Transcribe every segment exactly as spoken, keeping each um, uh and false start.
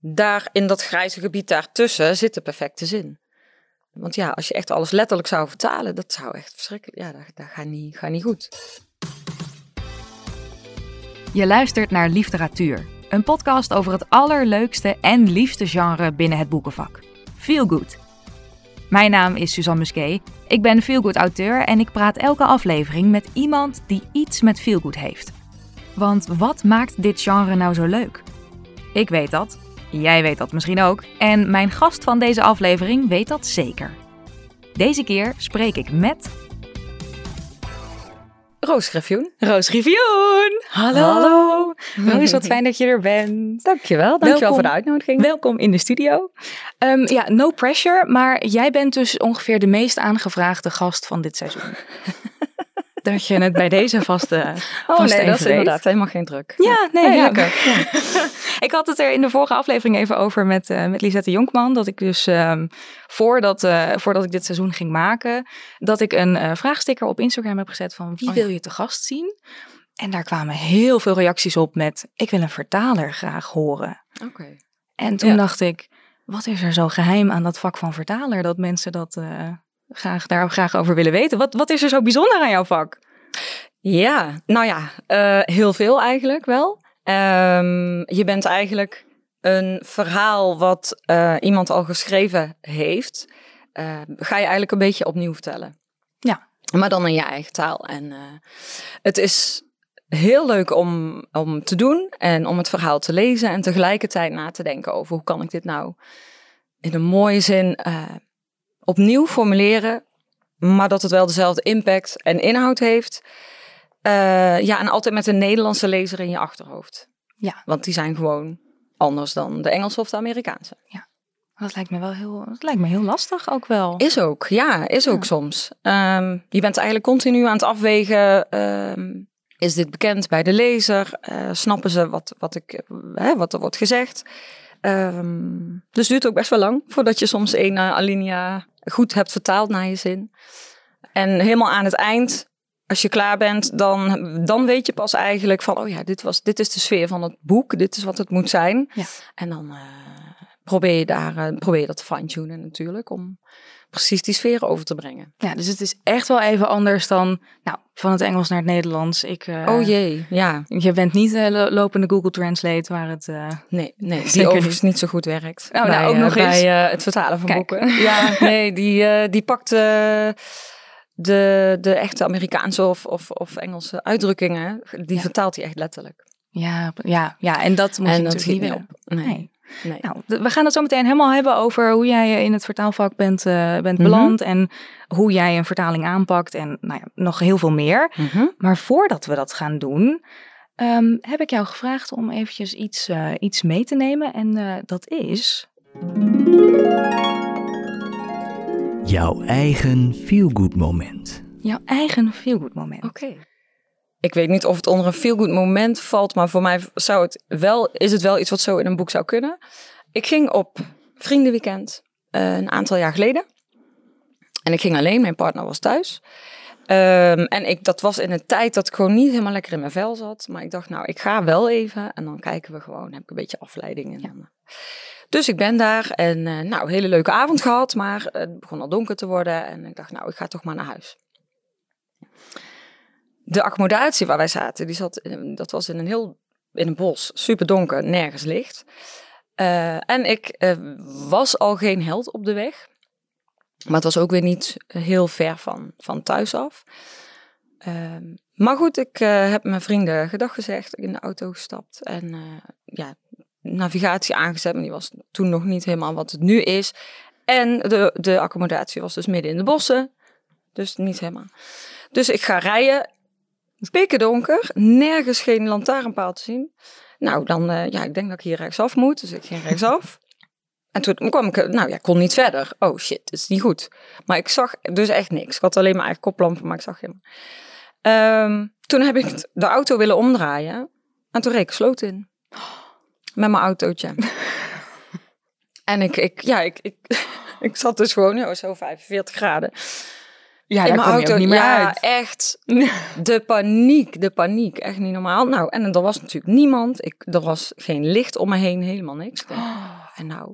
daar in dat grijze gebied daartussen zit de perfecte zin. Want ja, als je echt alles letterlijk zou vertalen, dat zou echt verschrikkelijk. Ja, dat, dat gaat niet, gaat niet goed. Je luistert naar Liefderatuur, een podcast over het allerleukste en liefste genre binnen het boekenvak. Feel Good. Mijn naam is Suzanne Musquet. Ik ben Feel Good auteur en ik praat elke aflevering met iemand die iets met Feel Good heeft. Want wat maakt dit genre nou zo leuk? Ik weet dat. Jij weet dat misschien ook. En mijn gast van deze aflevering weet dat zeker. Deze keer spreek ik met... Roos Griffioen. Roos Griffioen! Hallo! Hallo. Roos, wat fijn dat je er bent. Dankjewel, dankjewel welkom, voor de uitnodiging. Welkom in de studio. Um, ja, no pressure, maar jij bent dus ongeveer de meest aangevraagde gast van dit seizoen. Dat je het bij deze vaste uh, Oh vast nee, dat is weet. Inderdaad helemaal geen druk. Ja, nee, hey, ja. lekker. Ja. Ik had het er in de vorige aflevering even over met, uh, met Lisette Jonkman. Dat ik dus um, voordat, uh, voordat ik dit seizoen ging maken, dat ik een uh, vraagsticker op Instagram heb gezet van wie oh, wil je te gast zien? En daar kwamen heel veel reacties op met ik wil een vertaler graag horen. Oké. Okay. En toen ja. dacht ik, wat is er zo geheim aan dat vak van vertaler dat mensen dat uh, graag, daar graag over willen weten? Wat, wat is er zo bijzonder aan jouw vak? Ja, nou ja, uh, heel veel eigenlijk wel. Um, je bent eigenlijk een verhaal wat uh, iemand al geschreven heeft, uh, ga je eigenlijk een beetje opnieuw vertellen. Ja. Maar dan in je eigen taal. En uh, het is heel leuk om, om te doen en om het verhaal te lezen en tegelijkertijd na te denken over hoe kan ik dit nou in een mooie zin uh, opnieuw formuleren, maar dat het wel dezelfde impact en inhoud heeft. Uh, ja, en altijd met een Nederlandse lezer in je achterhoofd. Ja. Want die zijn gewoon anders dan de Engelse of de Amerikaanse. Ja, dat lijkt me wel heel, dat lijkt me heel lastig ook wel. Is ook, ja, is ook ja. soms. Um, je bent eigenlijk continu aan het afwegen. Um, is dit bekend bij de lezer? Uh, snappen ze wat, wat, ik, hè, wat er wordt gezegd? Um, dus het duurt ook best wel lang voordat je soms één uh, alinea goed hebt vertaald naar je zin. En helemaal aan het eind, als je klaar bent, dan, dan weet je pas eigenlijk van, oh ja, dit, was, dit is de sfeer van het boek. Dit is wat het moet zijn. Ja. En dan uh, probeer, je daar, uh, probeer je dat te fine-tunen natuurlijk, om precies die sfeer over te brengen. Ja, dus het is echt wel even anders dan, nou, van het Engels naar het Nederlands. Ik, uh, oh jee, ja. Je bent niet uh, lopende Google Translate, waar het... Uh, nee, nee, die overigens niet. niet zo goed werkt. Oh, bij, nou, ook nog uh, eens. Bij uh, het vertalen van Kijk. boeken. Ja, nee, die, uh, die pakt... Uh, De, de echte Amerikaanse of, of, of Engelse uitdrukkingen, die ja. vertaalt hij echt letterlijk. Ja, ja, ja, en dat moet en je dat natuurlijk niet op. Nee. nee. nee. Nou, we gaan het zo meteen helemaal hebben over hoe jij in het vertaalvak bent, uh, bent beland. Mm-hmm. En hoe jij een vertaling aanpakt en nou ja, nog heel veel meer. Mm-hmm. Maar voordat we dat gaan doen, um, heb ik jou gevraagd om eventjes iets, uh, iets mee te nemen. En uh, dat is... Jouw eigen feel-good moment. Jouw eigen feel-good moment. Oké. Okay. Ik weet niet of het onder een feel-good moment valt, maar voor mij zou het wel, is het wel iets wat zo in een boek zou kunnen. Ik ging op vriendenweekend uh, een aantal jaar geleden. En ik ging alleen, mijn partner was thuis. Um, en ik, dat was in een tijd dat ik gewoon niet helemaal lekker in mijn vel zat. Maar ik dacht, nou, ik ga wel even en dan kijken we gewoon. Dan heb ik een beetje afleiding. En ja. dan, Dus ik ben daar en uh, nou, een hele leuke avond gehad, maar het begon al donker te worden en ik dacht, nou, ik ga toch maar naar huis. De accommodatie waar wij zaten, die zat, dat was in een heel, in een bos, super donker, nergens licht. Uh, en ik uh, was al geen held op de weg, maar het was ook weer niet heel ver van, van thuis af. Uh, maar goed, ik uh, heb mijn vrienden gedag gezegd, in de auto gestapt en uh, ja... navigatie aangezet, maar die was toen nog niet helemaal wat het nu is. En de, de accommodatie was dus midden in de bossen. Dus niet helemaal. Dus ik ga rijden. Pikken donker. Nergens geen lantaarnpaal te zien. Nou, dan, uh, ja, ik denk dat ik hier rechtsaf moet. Dus ik ging rechtsaf. En toen kwam ik, nou ja, ik kon niet verder. Oh shit, dat is niet goed. Maar ik zag dus echt niks. Ik had alleen mijn eigen koplampen, maar ik zag helemaal. Um, toen heb ik de auto willen omdraaien. En toen reed ik sloot in. Met mijn autootje. En ik, ik ja, ik, ik, ik zat dus gewoon, oh, zo vijfenveertig graden. Ja, in daar mijn kom je auto. ook niet meer ja, uit. echt. De paniek, de paniek. Echt niet normaal. Nou, en er was natuurlijk niemand. Ik, er was geen licht om me heen, helemaal niks. Ik denk, oh, en nou...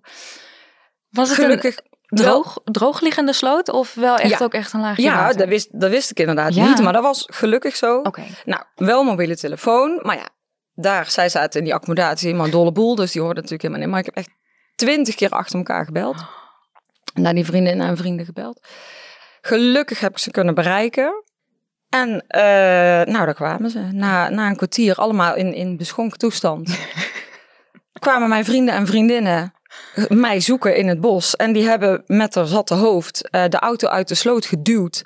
Was het gelukkig een droog, droogliggende sloot of wel echt Ja. ook echt een laagje Ja, water? dat wist, dat wist ik inderdaad Ja. niet. Maar dat was gelukkig zo. Oké. Okay. Nou, wel mobiele telefoon. Maar ja, daar, zij zaten in die accommodatie helemaal een dolle boel. Dus die hoorden natuurlijk helemaal niet. Maar ik heb echt twintig keer achter elkaar gebeld. En naar die vriendinnen en vrienden gebeld. Gelukkig heb ik ze kunnen bereiken. En uh, nou, daar kwamen ze. Na, na een kwartier, allemaal in, in beschonken toestand. kwamen mijn vrienden en vriendinnen mij zoeken in het bos. En die hebben met haar zatte hoofd uh, de auto uit de sloot geduwd.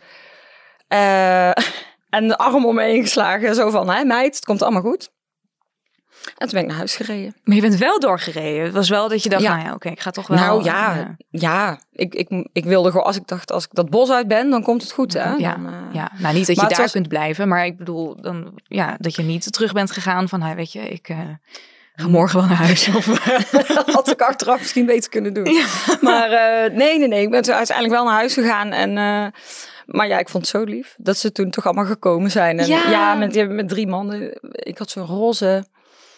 Uh, en de arm om me heen geslagen. Zo van, hè meid, het komt allemaal goed. En toen ben ik naar huis gereden. Maar je bent wel doorgereden. Het was wel dat je dacht, ja. nou ja, oké, okay, ik ga toch wel... Nou ja, ja. ja ik, ik, ik wilde gewoon, als ik dacht, als ik dat bos uit ben, dan komt het goed. Hè? Ja, dan, uh... ja. Nou niet dat je daar was... kunt blijven, maar ik bedoel, dan, ja, dat je niet terug bent gegaan van, nou, weet je, ik uh, ga morgen wel naar huis. Of, dat had ik achteraf misschien beter kunnen doen. Ja. Maar uh, nee, nee, nee, ik ben toen uiteindelijk wel naar huis gegaan en... Uh, Maar ja, ik vond het zo lief dat ze toen toch allemaal gekomen zijn. En ja, ja met, met drie mannen. Ik had zo'n roze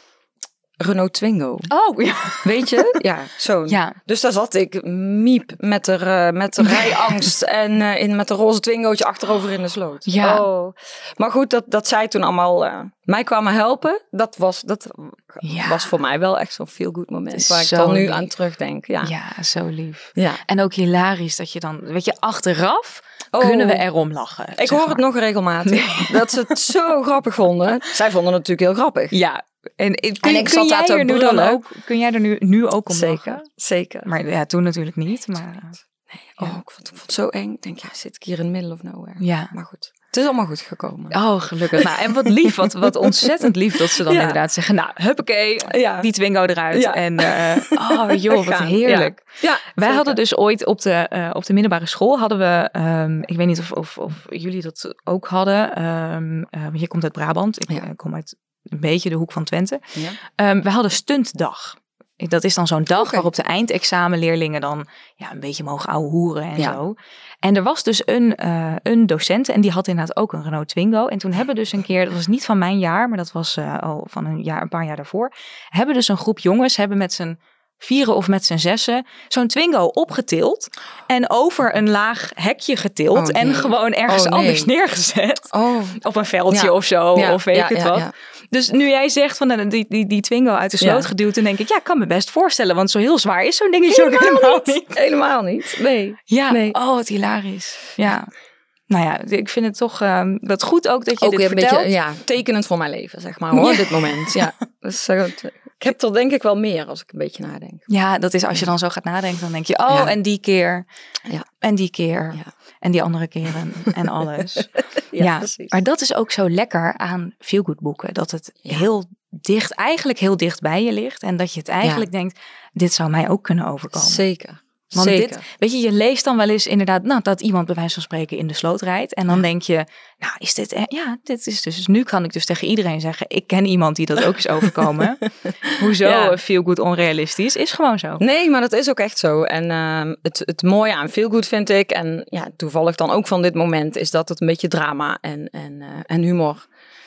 Renault Twingo. Oh, ja. Weet je? Ja, zo'n. Ja. Dus daar zat ik, miep, met de, uh, met de rijangst en uh, in, met de roze Twingootje achterover in de sloot. Ja. Oh. Maar goed, dat, dat zij toen allemaal uh, mij kwamen helpen. Dat was, dat ja. was voor mij wel echt zo'n feel-good moment. Waar ik dan nu lief. aan terugdenk. Ja. ja, zo lief. Ja. En ook hilarisch dat je dan, weet je, achteraf... Oh, kunnen we erom lachen? Ik hoor maar. het nog regelmatig. Dat ze het zo grappig vonden. Zij vonden het natuurlijk heel grappig. Ja. En, en, kun, en ik kun zat daar te nu dan ook, kun jij er nu, nu ook om zeker, lachen? Zeker. Maar ja, toen natuurlijk niet. Maar, nee, oh, ja. ik, vond, ik vond het zo eng. Ik denk, ja, zit ik hier in the middle of nowhere. Ja. Maar goed. Het is allemaal goed gekomen. Oh, gelukkig. Nou, en wat lief, wat, wat ontzettend lief dat ze dan ja. inderdaad zeggen, nou, huppakee, ja. die Twingo eruit. Ja. En uh, oh joh, wat heerlijk. Ja. Ja, Wij hadden dus ooit op de, uh, op de middelbare school, hadden we, um, ik weet niet of, of, of jullie dat ook hadden. Um, uh, je komt uit Brabant, ik ja. uh, kom uit een beetje de hoek van Twente. Ja. Um, we hadden stuntdag. Dat is dan zo'n dag okay. waarop de eindexamenleerlingen dan ja, een beetje mogen ouwe hoeren en ja. zo. En er was dus een, uh, een docent en die had inderdaad ook een Renault Twingo. En toen hebben dus een keer, dat was niet van mijn jaar, maar dat was uh, al van een, jaar, een paar jaar daarvoor. Hebben dus een groep jongens, hebben met z'n vieren of met z'n zessen zo'n Twingo opgetild. En over een laag hekje getild. Oh, nee. En gewoon ergens oh, nee. anders neergezet. Oh. Op een veldje ja. of zo. Ja. Of weet ja, ik het ja, wat. Ja. Dus nu jij zegt van die, die, die Twingo uit de sloot ja. geduwd. Dan denk ik, ja, ik kan me best voorstellen. Want zo heel zwaar is zo'n dingetje ook helemaal niet. niet. Helemaal niet. Nee. Ja, nee. Oh, wat hilarisch. Ja. Nou ja, ik vind het toch um, wat goed ook dat je ook dit een vertelt. Beetje, ja, tekenend voor mijn leven, zeg maar, hoor, ja. dit moment. Ja. Dus, uh, ik heb er denk ik wel meer als ik een beetje nadenk. Ja, dat is als je dan zo gaat nadenken, dan denk je, oh, ja. en die keer. Ja. En die keer. Ja. En die andere keren. En alles. ja, ja, precies. Maar dat is ook zo lekker aan feel-good boeken. Dat het ja. heel dicht, eigenlijk heel dicht bij je ligt. En dat je het eigenlijk ja. denkt, dit zou mij ook kunnen overkomen. Zeker. Want Zeker. dit, weet je, je leest dan wel eens inderdaad, nou, dat iemand bij wijze van spreken in de sloot rijdt. En dan ja. denk je, nou, is dit, ja, dit is dus, nu kan ik dus tegen iedereen zeggen, ik ken iemand die dat ook is overkomen. Hoezo ja. feel-good onrealistisch? Is gewoon zo. Nee, maar dat is ook echt zo. En uh, het, het mooie aan feel-good vind ik, en ja, toevallig dan ook van dit moment, is dat het een beetje drama en, en, uh, en humor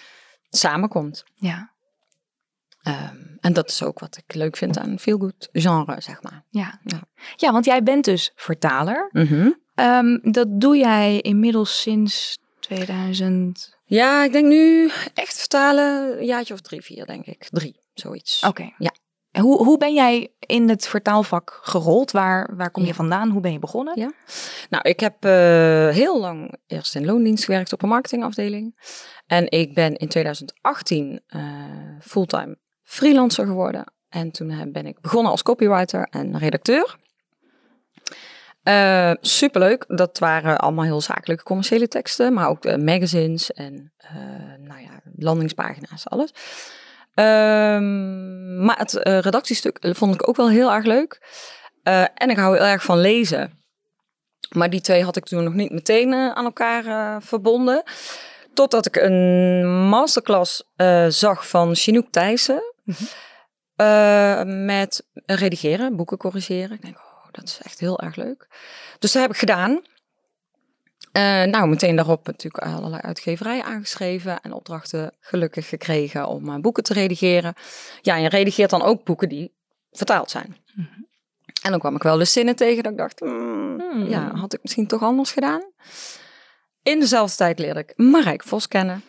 samenkomt. Ja. Um, en dat is ook wat ik leuk vind aan feel-good genre, zeg maar. Ja, ja. ja want jij bent dus vertaler. Mm-hmm. Um, dat doe jij inmiddels sinds tweeduizend... Ja, ik denk nu echt vertalen een jaartje of drie, vier, denk ik. Drie, zoiets. Oké. Okay. Ja. En hoe, hoe ben jij in het vertaalvak gerold? Waar, waar kom je ja. vandaan? Hoe ben je begonnen? Ja. Nou, ik heb uh, heel lang eerst in loondienst gewerkt op een marketingafdeling. En ik ben in tweeduizend achttien uh, fulltime freelancer geworden. En toen ben ik begonnen als copywriter en redacteur. Uh, superleuk. Dat waren allemaal heel zakelijke commerciële teksten. Maar ook uh, magazines en uh, nou ja, landingspagina's, alles. Um, maar het uh, redactiestuk vond ik ook wel heel erg leuk. Uh, en ik hou heel erg van lezen. Maar die twee had ik toen nog niet meteen uh, aan elkaar uh, verbonden. Totdat ik een masterclass uh, zag van Chinook Thijssen. Mm-hmm. Uh, met redigeren, boeken corrigeren. Ik denk, oh, dat is echt heel erg leuk. Dus dat heb ik gedaan. Uh, nou, meteen daarop natuurlijk allerlei uitgeverijen aangeschreven en opdrachten gelukkig gekregen om uh, boeken te redigeren. Ja, en je redigeert dan ook boeken die vertaald zijn. Mm-hmm. En dan kwam ik wel de zinnen tegen dat ik dacht, mm, mm. ja, had ik misschien toch anders gedaan. In dezelfde tijd leerde ik Marijke Vos kennen.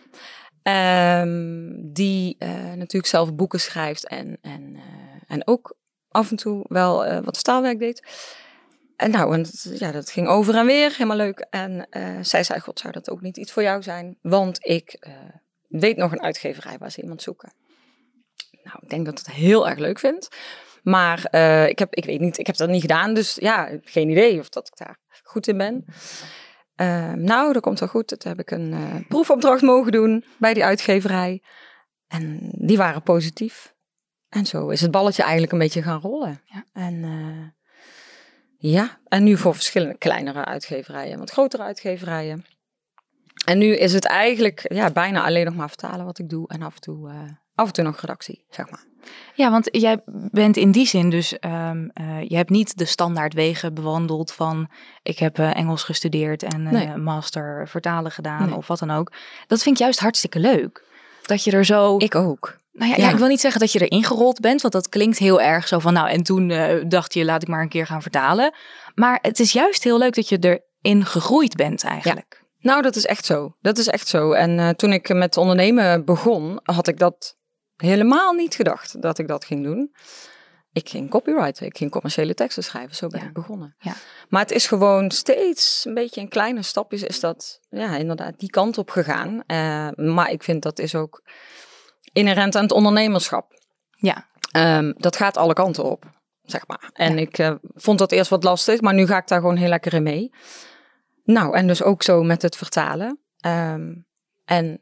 Um, die uh, natuurlijk zelf boeken schrijft en, en, uh, en ook af en toe wel uh, wat vertaalwerk deed. En nou, en dat, ja, dat ging over en weer, helemaal leuk. En uh, zij zei, god, zou dat ook niet iets voor jou zijn? Want ik uh, weet nog een uitgeverij waar ze iemand zoeken. Nou, ik denk dat ik het heel erg leuk vind. Maar uh, ik, heb, ik weet niet, ik heb dat niet gedaan. Dus ja, geen idee of dat ik daar goed in ben. Uh, nou, dat komt wel goed. Toen heb ik een uh, proefopdracht mogen doen bij die uitgeverij. En die waren positief. En zo is het balletje eigenlijk een beetje gaan rollen. Ja. En uh, ja, en nu voor verschillende kleinere uitgeverijen, wat grotere uitgeverijen. En nu is het eigenlijk ja, bijna alleen nog maar vertalen wat ik doe. En af en toe, uh, af en toe nog redactie, zeg maar. Ja, want jij bent in die zin dus, um, uh, je hebt niet de standaard wegen bewandeld van ik heb uh, Engels gestudeerd en uh, nee. master vertalen gedaan nee. of wat dan ook. Dat vind ik juist hartstikke leuk. Dat je er zo... Ik ook. Nou ja, ja. ja, ik wil niet zeggen dat je erin gerold bent, want dat klinkt heel erg zo van nou en toen uh, dacht je laat ik maar een keer gaan vertalen. Maar het is juist heel leuk dat je erin gegroeid bent eigenlijk. Ja. Nou, dat is echt zo. Dat is echt zo. En uh, toen ik met ondernemen begon, had ik dat helemaal niet gedacht dat ik dat ging doen. Ik ging copywriten, ik ging commerciële teksten schrijven. Zo ben ja. ik begonnen. Ja. Maar het is gewoon steeds een beetje in kleine stapjes is dat ja, inderdaad die kant op gegaan. Uh, maar ik vind dat is ook inherent aan het ondernemerschap. Ja. Um, dat gaat alle kanten op, zeg maar. En ja. ik uh, vond dat eerst wat lastig, maar nu ga ik daar gewoon heel lekker in mee. Nou, en dus ook zo met het vertalen. Um, en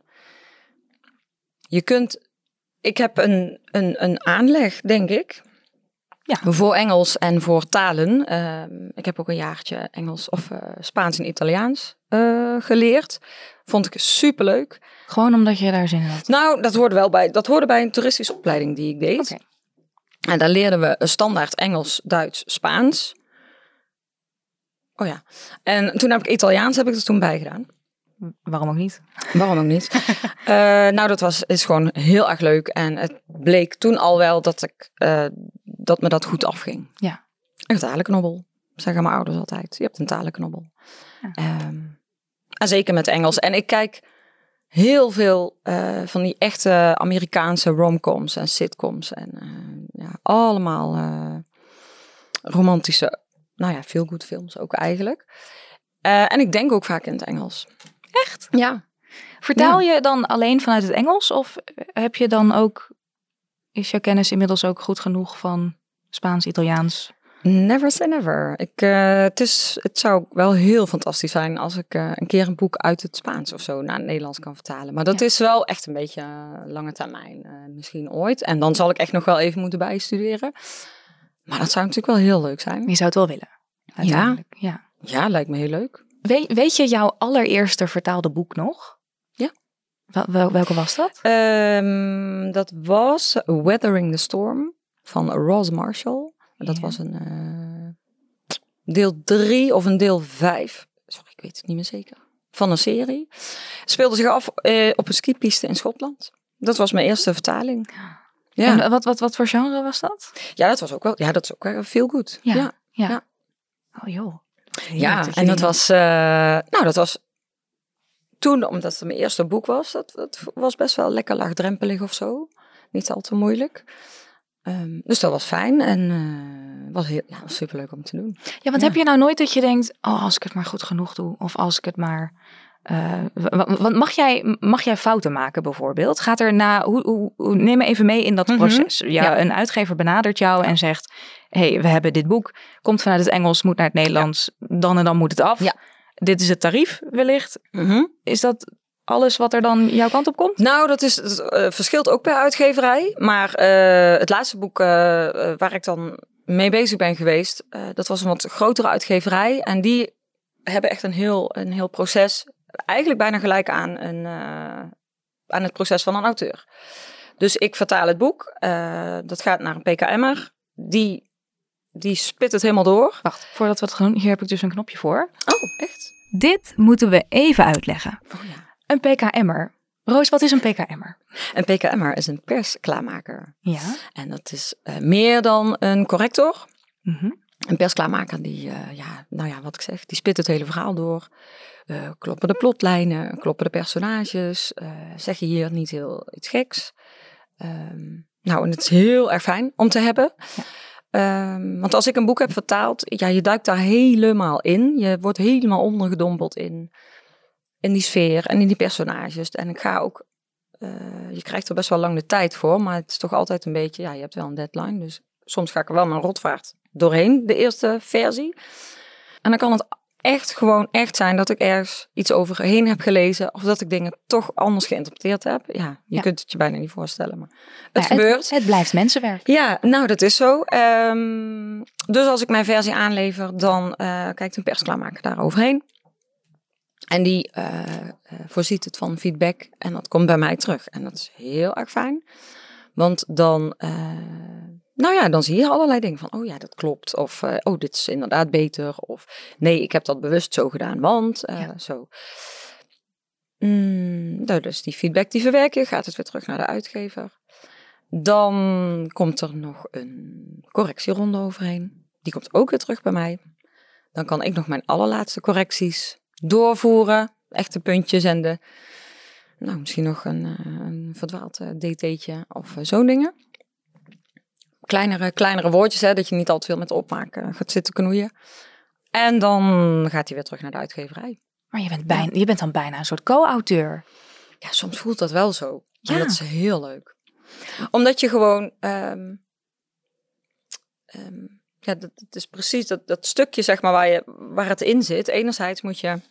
je kunt... Ik heb een, een, een aanleg, denk ik, ja. voor Engels en voor talen. Uh, ik heb ook een jaartje Engels of uh, Spaans en Italiaans uh, geleerd. Vond ik superleuk. Gewoon omdat je daar zin in had? Nou, dat hoorde wel bij, dat hoorde bij een toeristische opleiding die ik deed. Okay. En daar leerden we een standaard Engels, Duits, Spaans. Oh ja. En toen heb ik Italiaans heb ik er toen bij gedaan. Waarom ook niet? Waarom ook niet? uh, nou, dat was, is gewoon heel erg leuk. En het bleek toen al wel dat, ik, uh, dat me dat goed afging. Ja. Een talenknobbel, zeggen mijn ouders altijd. Je hebt een talenknobbel. Ja. Um, en zeker met Engels. En ik kijk heel veel uh, van die echte Amerikaanse romcoms en sitcoms. En uh, ja, allemaal uh, romantische, nou ja, feel-good films ook eigenlijk. Uh, en ik denk ook vaak in het Engels. Echt? Ja. Vertaal ja. je dan alleen vanuit het Engels? Of heb je dan ook, is jouw kennis inmiddels ook goed genoeg van Spaans, Italiaans? Never say never. Ik, uh, het, is, het zou wel heel fantastisch zijn als ik uh, een keer een boek uit het Spaans of zo naar het Nederlands kan vertalen. Maar dat ja. is wel echt een beetje uh, lange termijn. Uh, misschien ooit. En dan zal ik echt nog wel even moeten bijstuderen. Maar dat zou natuurlijk wel heel leuk zijn. Je zou het wel willen. Ja. ja. Ja, lijkt me heel leuk. We, weet je jouw allereerste vertaalde boek nog? Ja. Wel, wel, welke was dat? Um, dat was Weathering the Storm van Ross Marshall. Dat ja. was een uh, deel drie of een deel vijf. Sorry, ik weet het niet meer zeker. Van een serie. Speelde zich af uh, op een skipiste in Schotland. Dat was mijn eerste vertaling. Ja. En wat, wat, wat voor genre was dat? Ja, dat was ook wel. Ja, dat is ook wel feel good. Ja. Ja. ja. ja. Oh joh. Ja, en dat was, uh, nou dat was toen, omdat het mijn eerste boek was, dat, dat was best wel lekker laagdrempelig of zo. Niet al te moeilijk. Um, dus dat was fijn en uh, was, heel, ja, was superleuk om te doen. Ja, want ja. heb je nou nooit dat je denkt, oh, als ik het maar goed genoeg doe, of als ik het maar... Uh, want mag jij, mag jij fouten maken bijvoorbeeld? Gaat er na, hoe, hoe, hoe, neem me even mee in dat mm-hmm. proces. Ja, ja. Een uitgever benadert jou ja. en zegt, hey, we hebben dit boek, komt vanuit het Engels, moet naar het Nederlands, ja. dan en dan moet het af. Ja. Dit is het tarief wellicht. Mm-hmm. Is dat alles wat er dan jouw kant op komt? Nou, dat is, het uh, verschilt ook per uitgeverij. Maar uh, het laatste boek uh, waar ik dan mee bezig ben geweest, uh, dat was een wat grotere uitgeverij. En die hebben echt een heel, een heel proces, eigenlijk bijna gelijk aan, een, uh, aan het proces van een auteur. Dus ik vertaal het boek. Uh, dat gaat naar een P K M'er. Die die spit het helemaal door. Wacht, voordat we het gaan doen, hier heb ik dus een knopje voor. Oh, echt? Dit moeten we even uitleggen. Oh ja. Een P K M'er. Roos, wat is een P K M'er? Een P K M'er is een persklaarmaker. Ja. En dat is uh, meer dan een corrector. Mm-hmm. Een persklaarmaker die, uh, ja, nou ja, wat ik zeg, die spit het hele verhaal door. Uh, kloppen de plotlijnen, kloppen de personages. Uh, zeg je hier niet heel iets geks. Um, nou, en het is heel erg fijn om te hebben. Ja. Um, want als ik een boek heb vertaald, ja, je duikt daar helemaal in. Je wordt helemaal ondergedompeld in, in die sfeer en in die personages. En ik ga ook, uh, je krijgt er best wel lang de tijd voor, maar het is toch altijd een beetje, ja, je hebt wel een deadline. Dus soms ga ik er wel mijn rotvaart doorheen, de eerste versie. En dan kan het echt gewoon echt zijn dat ik ergens iets overheen heb gelezen of dat ik dingen toch anders geïnterpreteerd heb. Ja, je ja. kunt het je bijna niet voorstellen, maar het ja, gebeurt. Het, het blijft mensenwerk. Ja, nou dat is zo. Um, dus als ik mijn versie aanlever, dan uh, kijkt een persklaarmaker daar overheen. En die uh, uh, voorziet het van feedback en dat komt bij mij terug. En dat is heel erg fijn, want dan... Uh, Nou ja, dan zie je allerlei dingen van, oh ja, dat klopt. Of, uh, oh, dit is inderdaad beter. Of, nee, ik heb dat bewust zo gedaan, want uh, ja. zo. Mm, nou, dus die feedback die verwerk je, gaat het weer terug naar de uitgever. Dan komt er nog een correctieronde overheen. Die komt ook weer terug bij mij. Dan kan ik nog mijn allerlaatste correcties doorvoeren. Echte puntjes en de, nou, misschien nog een, een verdwaald uh, dt'tje of uh, zo'n dingen. Kleinere, kleinere woordjes, hè, dat je niet al te veel met opmaken gaat zitten knoeien. En dan gaat hij weer terug naar de uitgeverij. Maar je bent, bijna, je bent dan bijna een soort co-auteur. Ja, soms voelt dat wel zo. Ja. En dat is heel leuk. Omdat je gewoon... Um, um, ja, dat, dat is precies dat, dat stukje, zeg maar, waar, je, waar het in zit. Enerzijds moet je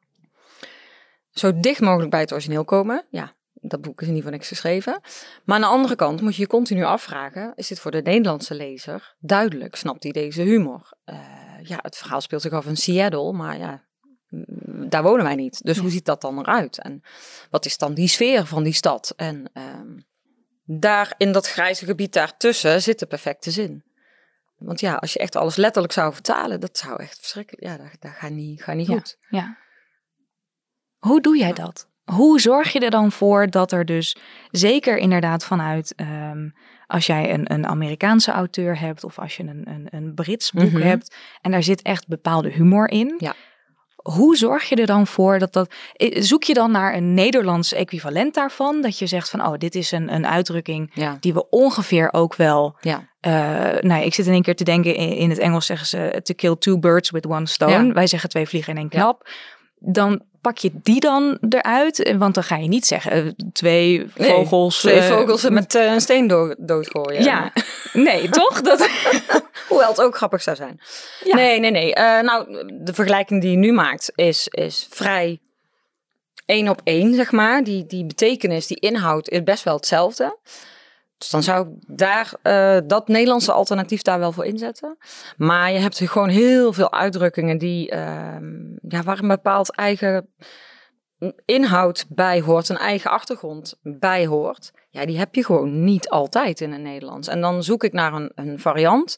zo dicht mogelijk bij het origineel komen. Ja. Dat boek is niet voor niks geschreven. Maar aan de andere kant moet je je continu afvragen... is dit voor de Nederlandse lezer duidelijk? Snapt hij deze humor? Uh, ja, het verhaal speelt zich af in Seattle, maar ja, daar wonen wij niet. Dus ja. Hoe ziet dat dan eruit? En wat is dan die sfeer van die stad? En um, daar in dat grijze gebied daartussen zit de perfecte zin. Want ja, als je echt alles letterlijk zou vertalen... dat zou echt verschrikkelijk... Ja, dat, dat gaat niet, gaat niet ja, goed. Ja. Hoe doe jij dat? Hoe zorg je er dan voor dat er dus, zeker inderdaad vanuit, um, als jij een, een Amerikaanse auteur hebt of als je een, een, een Brits boek mm-hmm. hebt en daar zit echt bepaalde humor in. Ja. Hoe zorg je er dan voor dat dat, zoek je dan naar een Nederlands equivalent daarvan? Dat je zegt van, oh, dit is een, een uitdrukking ja. die we ongeveer ook wel, ja. uh, nou ik zit in één keer te denken, in, in het Engels zeggen ze to kill two birds with one stone. Ja. Wij zeggen twee vliegen in één klap. Ja. Dan pak je die dan eruit? Want dan ga je niet zeggen twee nee, vogels... Twee uh, vogels met uh, een steen do- doodgooien. Ja, nee, toch? Dat... Hoewel het ook grappig zou zijn. Ja. Nee, nee, nee. Uh, nou, de vergelijking die je nu maakt is, is vrij één op één, zeg maar. Die, die betekenis, die inhoud is best wel hetzelfde. Dus dan zou ik daar uh, dat Nederlandse alternatief daar wel voor inzetten. Maar je hebt gewoon heel veel uitdrukkingen die, uh, ja, waar een bepaald eigen inhoud bij hoort, een eigen achtergrond bij hoort. Ja, die heb je gewoon niet altijd in het Nederlands. En dan zoek ik naar een, een variant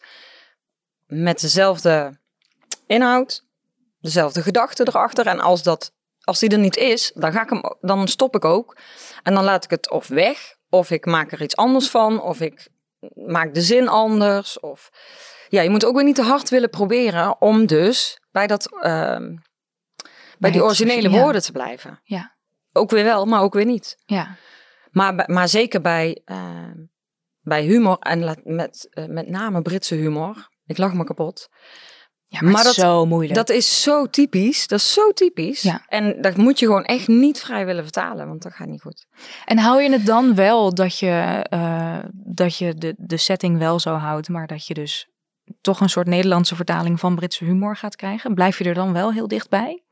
met dezelfde inhoud, dezelfde gedachte erachter. En als, dat, als die er niet is, dan, ga ik hem, dan stop ik ook. En dan laat ik het of weg... Of ik maak er iets anders van. Of ik maak de zin anders. Of ja, je moet ook weer niet te hard willen proberen om dus bij, dat, uh, bij, bij die originele ja. woorden te blijven. Ja. Ook weer wel, maar ook weer niet. Ja. Maar, maar zeker bij, uh, bij humor en met, uh, met name Britse humor. Ik lach me kapot. Ja, maar, maar dat is zo moeilijk. Dat is zo typisch. Dat is zo typisch. Ja. En dat moet je gewoon echt niet vrij willen vertalen, want dat gaat niet goed. En hou je het dan wel dat je, uh, dat je de, de setting wel zo houdt, maar dat je dus toch een soort Nederlandse vertaling van Britse humor gaat krijgen? Blijf je er dan wel heel dichtbij?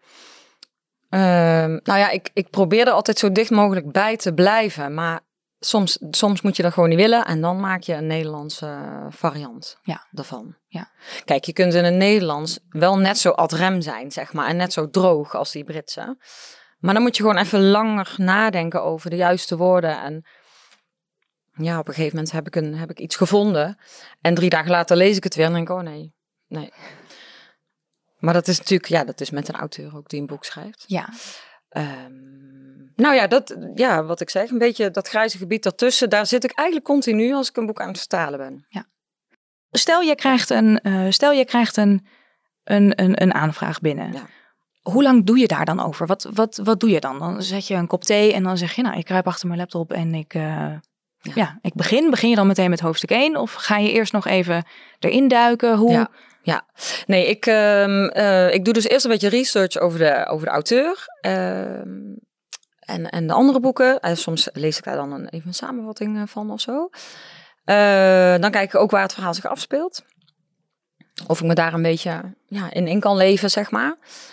Uh, nou ja, ik, ik probeer er altijd zo dicht mogelijk bij te blijven, maar Soms, soms moet je dat gewoon niet willen en dan maak je een Nederlandse variant ja. daarvan. Ja. Kijk, je kunt in het Nederlands wel net zo ad rem zijn, zeg maar, en net zo droog als die Britse. Maar dan moet je gewoon even langer nadenken over de juiste woorden. En ja, op een gegeven moment heb ik, een, heb ik iets gevonden. En drie dagen later lees ik het weer en denk ik, oh nee, nee. Maar dat is natuurlijk, ja, dat is met een auteur ook die een boek schrijft. Ja. Um, nou ja, dat, ja, wat ik zeg, een beetje dat grijze gebied daartussen, daar zit ik eigenlijk continu als ik een boek aan het vertalen ben. Ja. Stel je krijgt een, uh, stel je krijgt een, een, een, een aanvraag binnen. Ja. Hoe lang doe je daar dan over? Wat, wat, wat doe je dan? Dan zet je een kop thee en dan zeg je, nou, ik kruip achter mijn laptop en ik, uh, ja. ja, ik begin. Begin je dan meteen met hoofdstuk één? Of ga je eerst nog even erin duiken? Hoe... Ja. Ja, nee, ik, uh, uh, ik doe dus eerst een beetje research over de, over de auteur uh, en, en de andere boeken. Uh, soms lees ik daar dan een, even een samenvatting van of zo. Uh, dan kijk ik ook waar het verhaal zich afspeelt. Of ik me daar een beetje ja, in, in kan leven, zeg maar.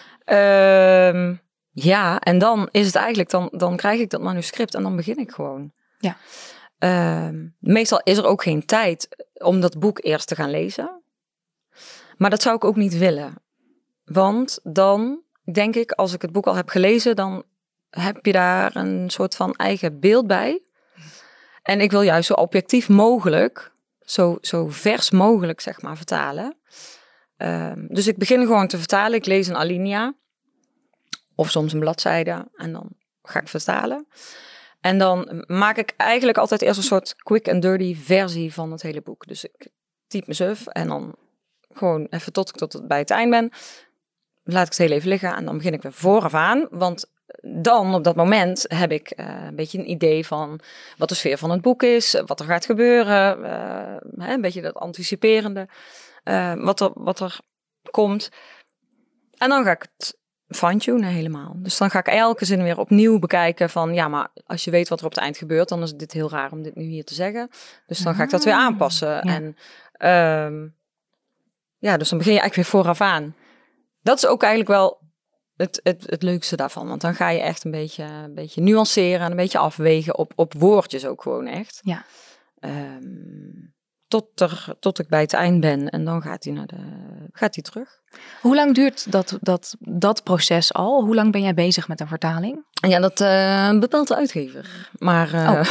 Uh, ja, en dan is het eigenlijk, dan, dan krijg ik dat manuscript en dan begin ik gewoon. Ja. Uh, meestal is er ook geen tijd om dat boek eerst te gaan lezen. Maar dat zou ik ook niet willen. Want dan denk ik, als ik het boek al heb gelezen, dan heb je daar een soort van eigen beeld bij. En ik wil juist zo objectief mogelijk, zo, zo vers mogelijk, zeg maar, vertalen. Uh, dus ik begin gewoon te vertalen. Ik lees een alinea. Of soms een bladzijde. En dan ga ik vertalen. En dan maak ik eigenlijk altijd eerst een soort quick and dirty versie van het hele boek. Dus ik typ mezelf en dan gewoon even tot ik tot het bij het eind ben. Laat ik het heel even liggen en dan begin ik weer vooraf aan. Want dan op dat moment heb ik uh, een beetje een idee van wat de sfeer van het boek is. Wat er gaat gebeuren. Uh, hè, een beetje dat anticiperende. Uh, wat, er, wat er komt. En dan ga ik het fine-tunen helemaal. Dus dan ga ik elke zin weer opnieuw bekijken van ja, maar als je weet wat er op het eind gebeurt, dan is dit heel raar om dit nu hier te zeggen. Dus dan ga ik dat weer aanpassen. Ja. En um, ja, dus dan begin je eigenlijk weer vooraf aan. Dat is ook eigenlijk wel het, het, het leukste daarvan. Want dan ga je echt een beetje, een beetje nuanceren en een beetje afwegen op, op woordjes ook gewoon echt. Ja. Um, tot, er, tot ik bij het eind ben en dan gaat hij naar de, gaat hij terug. Hoe lang duurt dat, dat, dat proces al? Hoe lang ben jij bezig met een vertaling? Ja, dat uh, bepaalt de uitgever. Maar uh, oh.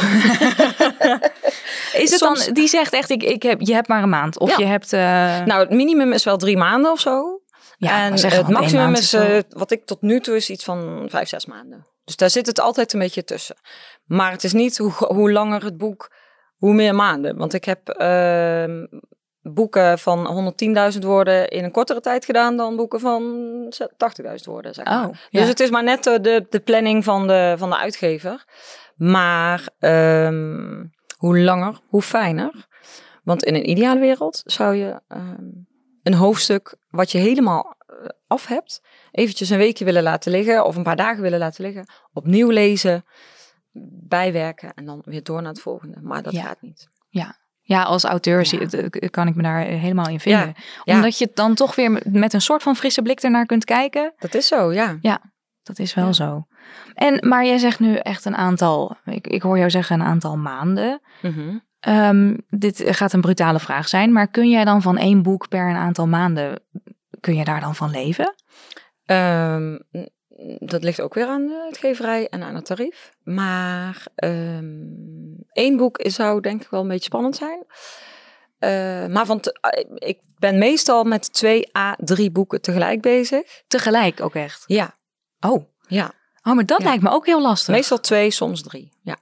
Is het soms dan, die zegt echt, ik, ik heb, je hebt maar een maand. Of ja. je hebt... Uh... Nou, het minimum is wel drie maanden of zo. Ja, en het maximum is, uh, wat ik tot nu toe is, iets van vijf, zes maanden. Dus daar zit het altijd een beetje tussen. Maar het is niet hoe, hoe langer het boek, hoe meer maanden. Want ik heb uh, boeken van honderdtienduizend woorden in een kortere tijd gedaan dan boeken van tachtigduizend woorden, zeg maar. Oh, dus ja. het is maar net de, de planning van de, van de uitgever. Maar um, hoe langer, hoe fijner. Want in een ideale wereld zou je um, een hoofdstuk wat je helemaal uh, af hebt, eventjes een weekje willen laten liggen of een paar dagen willen laten liggen, opnieuw lezen, bijwerken en dan weer door naar het volgende. Maar dat ja. gaat niet. Ja. Ja, als auteur ja. kan ik me daar helemaal in vinden. Ja. Omdat ja. je dan toch weer met een soort van frisse blik ernaar kunt kijken. Dat is zo, ja. Ja, dat is wel ja. zo. En, maar jij zegt nu echt een aantal, ik, ik hoor jou zeggen een aantal maanden. Mm-hmm. Um, dit gaat een brutale vraag zijn, maar kun jij dan van één boek per een aantal maanden, kun je daar dan van leven? Um, dat ligt ook weer aan de uitgeverij en aan het tarief. Maar um, één boek zou denk ik wel een beetje spannend zijn. Uh, maar van te, uh, ik ben meestal met twee à drie boeken tegelijk bezig. Tegelijk ook echt? Ja. Oh. Ja. Oh, maar dat ja. lijkt me ook heel lastig. Meestal twee, soms drie. Ja.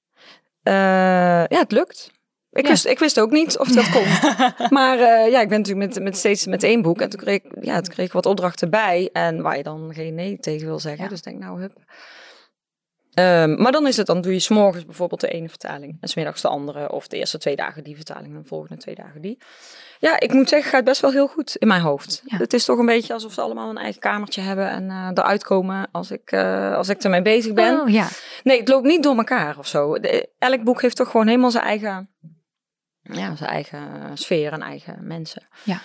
Uh, ja, het lukt. Ik, ja. wist, ik wist ook niet of dat kon. Maar uh, ja, ik ben natuurlijk met, met steeds met één boek. En toen kreeg, ja, toen kreeg ik wat opdrachten bij. En waar je dan geen nee tegen wil zeggen. Ja. Dus denk nou, hup. Um, maar dan is het, dan doe je 's morgens bijvoorbeeld de ene vertaling. En 's middags de andere. Of de eerste twee dagen die vertaling. En de volgende twee dagen die. Ja, ik moet zeggen, het gaat best wel heel goed in mijn hoofd. Ja. Het is toch een beetje alsof ze allemaal een eigen kamertje hebben. En uh, eruit komen als ik, uh, als ik ermee bezig ben. Oh, ja. Nee, het loopt niet door elkaar of zo. De, elk boek heeft toch gewoon helemaal zijn eigen... Ja, zijn eigen sfeer en eigen mensen. Ja.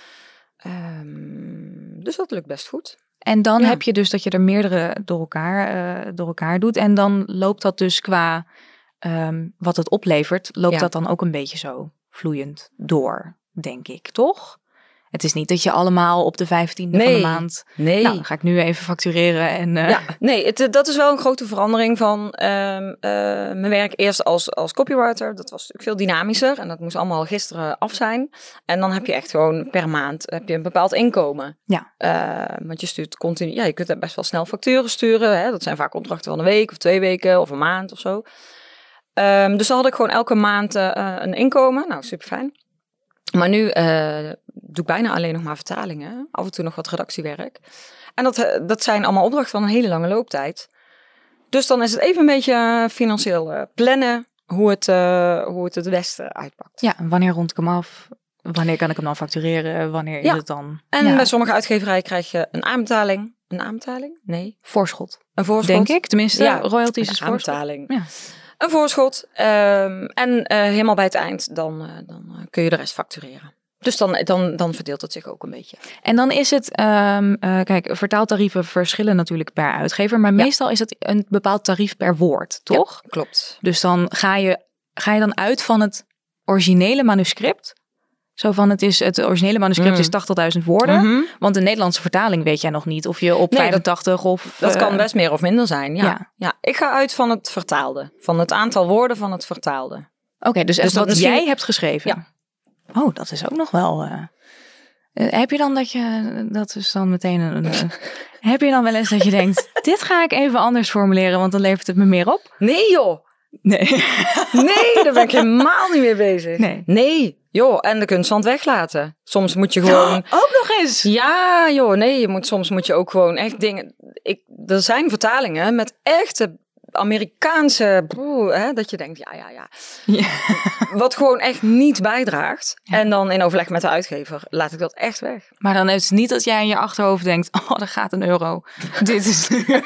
Um, dus dat lukt best goed. En dan ja. heb je dus dat je er meerdere door elkaar, uh, door elkaar doet. En dan loopt dat dus qua um, wat het oplevert, loopt ja. dat dan ook een beetje zo vloeiend door, denk ik, toch? Het is niet dat je allemaal op de vijftiende nee, van de maand... Nee. Nou, dan ga ik nu even factureren. En, uh... ja, nee, het, dat is wel een grote verandering van um, uh, mijn werk eerst als, als copywriter. Dat was natuurlijk veel dynamischer en dat moest allemaal gisteren af zijn. En dan heb je echt gewoon per maand heb je een bepaald inkomen. Ja. Uh, want je stuurt continu, ja, je kunt best wel snel facturen sturen. Hè? Dat zijn vaak contracten van een week of twee weken of een maand of zo. Um, dus dan had ik gewoon elke maand uh, een inkomen. Nou, super fijn. Maar nu uh, doe ik bijna alleen nog maar vertalingen. Af en toe nog wat redactiewerk. En dat, dat zijn allemaal opdrachten van een hele lange looptijd. Dus dan is het even een beetje financieel uh, plannen hoe het, uh, hoe het het beste uitpakt. Ja, wanneer rond ik hem af? Wanneer kan ik hem dan factureren? Wanneer ja. is het dan? En ja. bij sommige uitgeverijen krijg je een aanbetaling. Een aanbetaling? Nee. Voorschot. Een voorschot. Denk ik. Tenminste, ja, royalties een is voorschot. aanbetaling. Ja. Een voorschot. Um, en uh, helemaal bij het eind, dan, uh, dan uh, kun je de rest factureren. Dus dan, dan, dan verdeelt het zich ook een beetje. En dan is het, um, uh, kijk, vertaaltarieven verschillen natuurlijk per uitgever. Maar ja. meestal is het een bepaald tarief per woord, toch? Ja, klopt. Dus dan ga je, ga je dan uit van het originele manuscript. Zo van, het, is, het originele manuscript mm. is tachtigduizend woorden. Mm-hmm. Want de Nederlandse vertaling weet jij nog niet. Of je op nee, vijfentachtig dat, of... Dat uh, kan best meer of minder zijn, ja. ja. ja. Ik ga uit van het vertaalde. Van het aantal woorden van het vertaalde. Oké, okay, dus, dus wat misschien... jij hebt geschreven. Ja. Oh, dat is ook nog wel... Uh... Uh, heb je dan dat je... Dat is dan meteen een... Uh, heb je dan wel eens dat je denkt... Dit ga ik even anders formuleren, want dan levert het me meer op? Nee joh! Nee. Nee, daar ben ik helemaal niet mee bezig. Nee. Nee. Joh, en de kunst van het weglaten. Soms moet je gewoon... Oh, ook nog eens? Ja, joh, nee, je moet, soms moet je ook gewoon echt dingen... Ik, er zijn vertalingen met echte Amerikaanse... Boe, hè, dat je denkt, ja, ja, ja, ja. Wat gewoon echt niet bijdraagt. Ja. En dan in overleg met de uitgever laat ik dat echt weg. Maar dan is het niet dat jij in je achterhoofd denkt... Oh, daar gaat een euro. Dit is...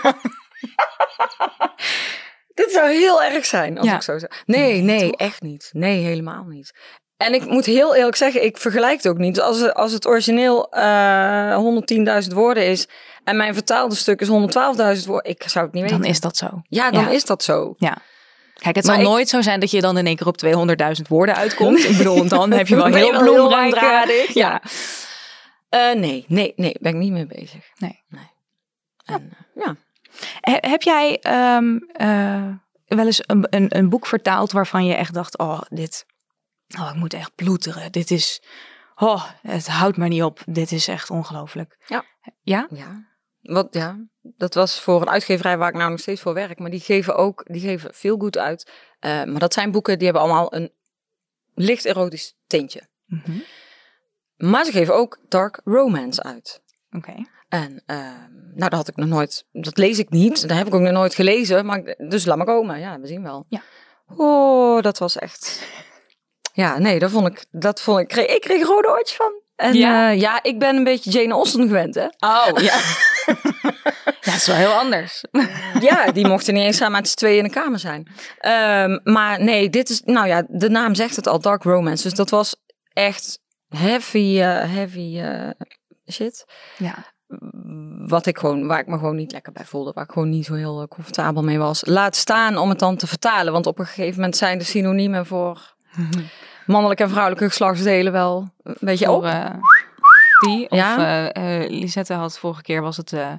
Dit zou heel erg zijn als ja. ik zo zeg. Nee, nee, echt niet. Nee, helemaal niet. En ik moet heel eerlijk zeggen, ik vergelijk het ook niet. Als, als het origineel uh, honderdtienduizend woorden is en mijn vertaalde stuk is honderdtwaalfduizend woorden, ik zou het niet weten. Dan is dat zo. Ja, dan ja. is dat zo. Ja. Kijk, het maar zal ik... nooit zo zijn dat je dan in één keer op tweehonderdduizend woorden uitkomt. Nee. Ik bedoel, dan heb je wel heel heel bloemrijk. langdradig. Ja. Uh, nee, nee, nee, ben ik niet mee bezig. Nee. nee. En, uh, ja. He, heb jij um, uh, wel eens een, een, een boek vertaald waarvan je echt dacht, oh, dit, oh, ik moet echt ploeteren. Dit is, oh, het houdt maar niet op. Dit is echt ongelooflijk. Ja. Ja? Ja. Wat, ja. Dat was voor een uitgeverij waar ik nou nog steeds voor werk. Maar die geven ook, die geven veel goed uit. Uh, maar dat zijn boeken, die hebben allemaal een licht erotisch tintje. Mm-hmm. Maar ze geven ook dark romance uit. Oké. Okay. En uh, nou, dat had ik nog nooit, dat lees ik niet. Dat heb ik ook nog nooit gelezen. Maar, dus laat maar komen. Ja, we zien wel. Ja. Oh, dat was echt... Ja, nee, dat vond ik, dat vond ik, ik kreeg er rode oortjes van. En ja? Uh, ja, ik ben een beetje Jane Austen gewend, hè. Oh, ja. Ja, dat is wel heel anders. Ja, die mochten niet eens samen met z'n tweeën in de kamer zijn. Um, maar nee, dit is, nou ja, de naam zegt het al, dark romance. Dus dat was echt heavy, uh, heavy uh, shit. Ja. Wat ik gewoon, waar ik me gewoon niet lekker bij voelde. Waar ik gewoon niet zo heel comfortabel mee was. Laat staan om het dan te vertalen. Want op een gegeven moment zijn de synoniemen voor mannelijke en vrouwelijke geslachtsdelen wel een beetje voor, op. Uh, die, of ja? uh, uh, Lisette had vorige keer was het... Uh...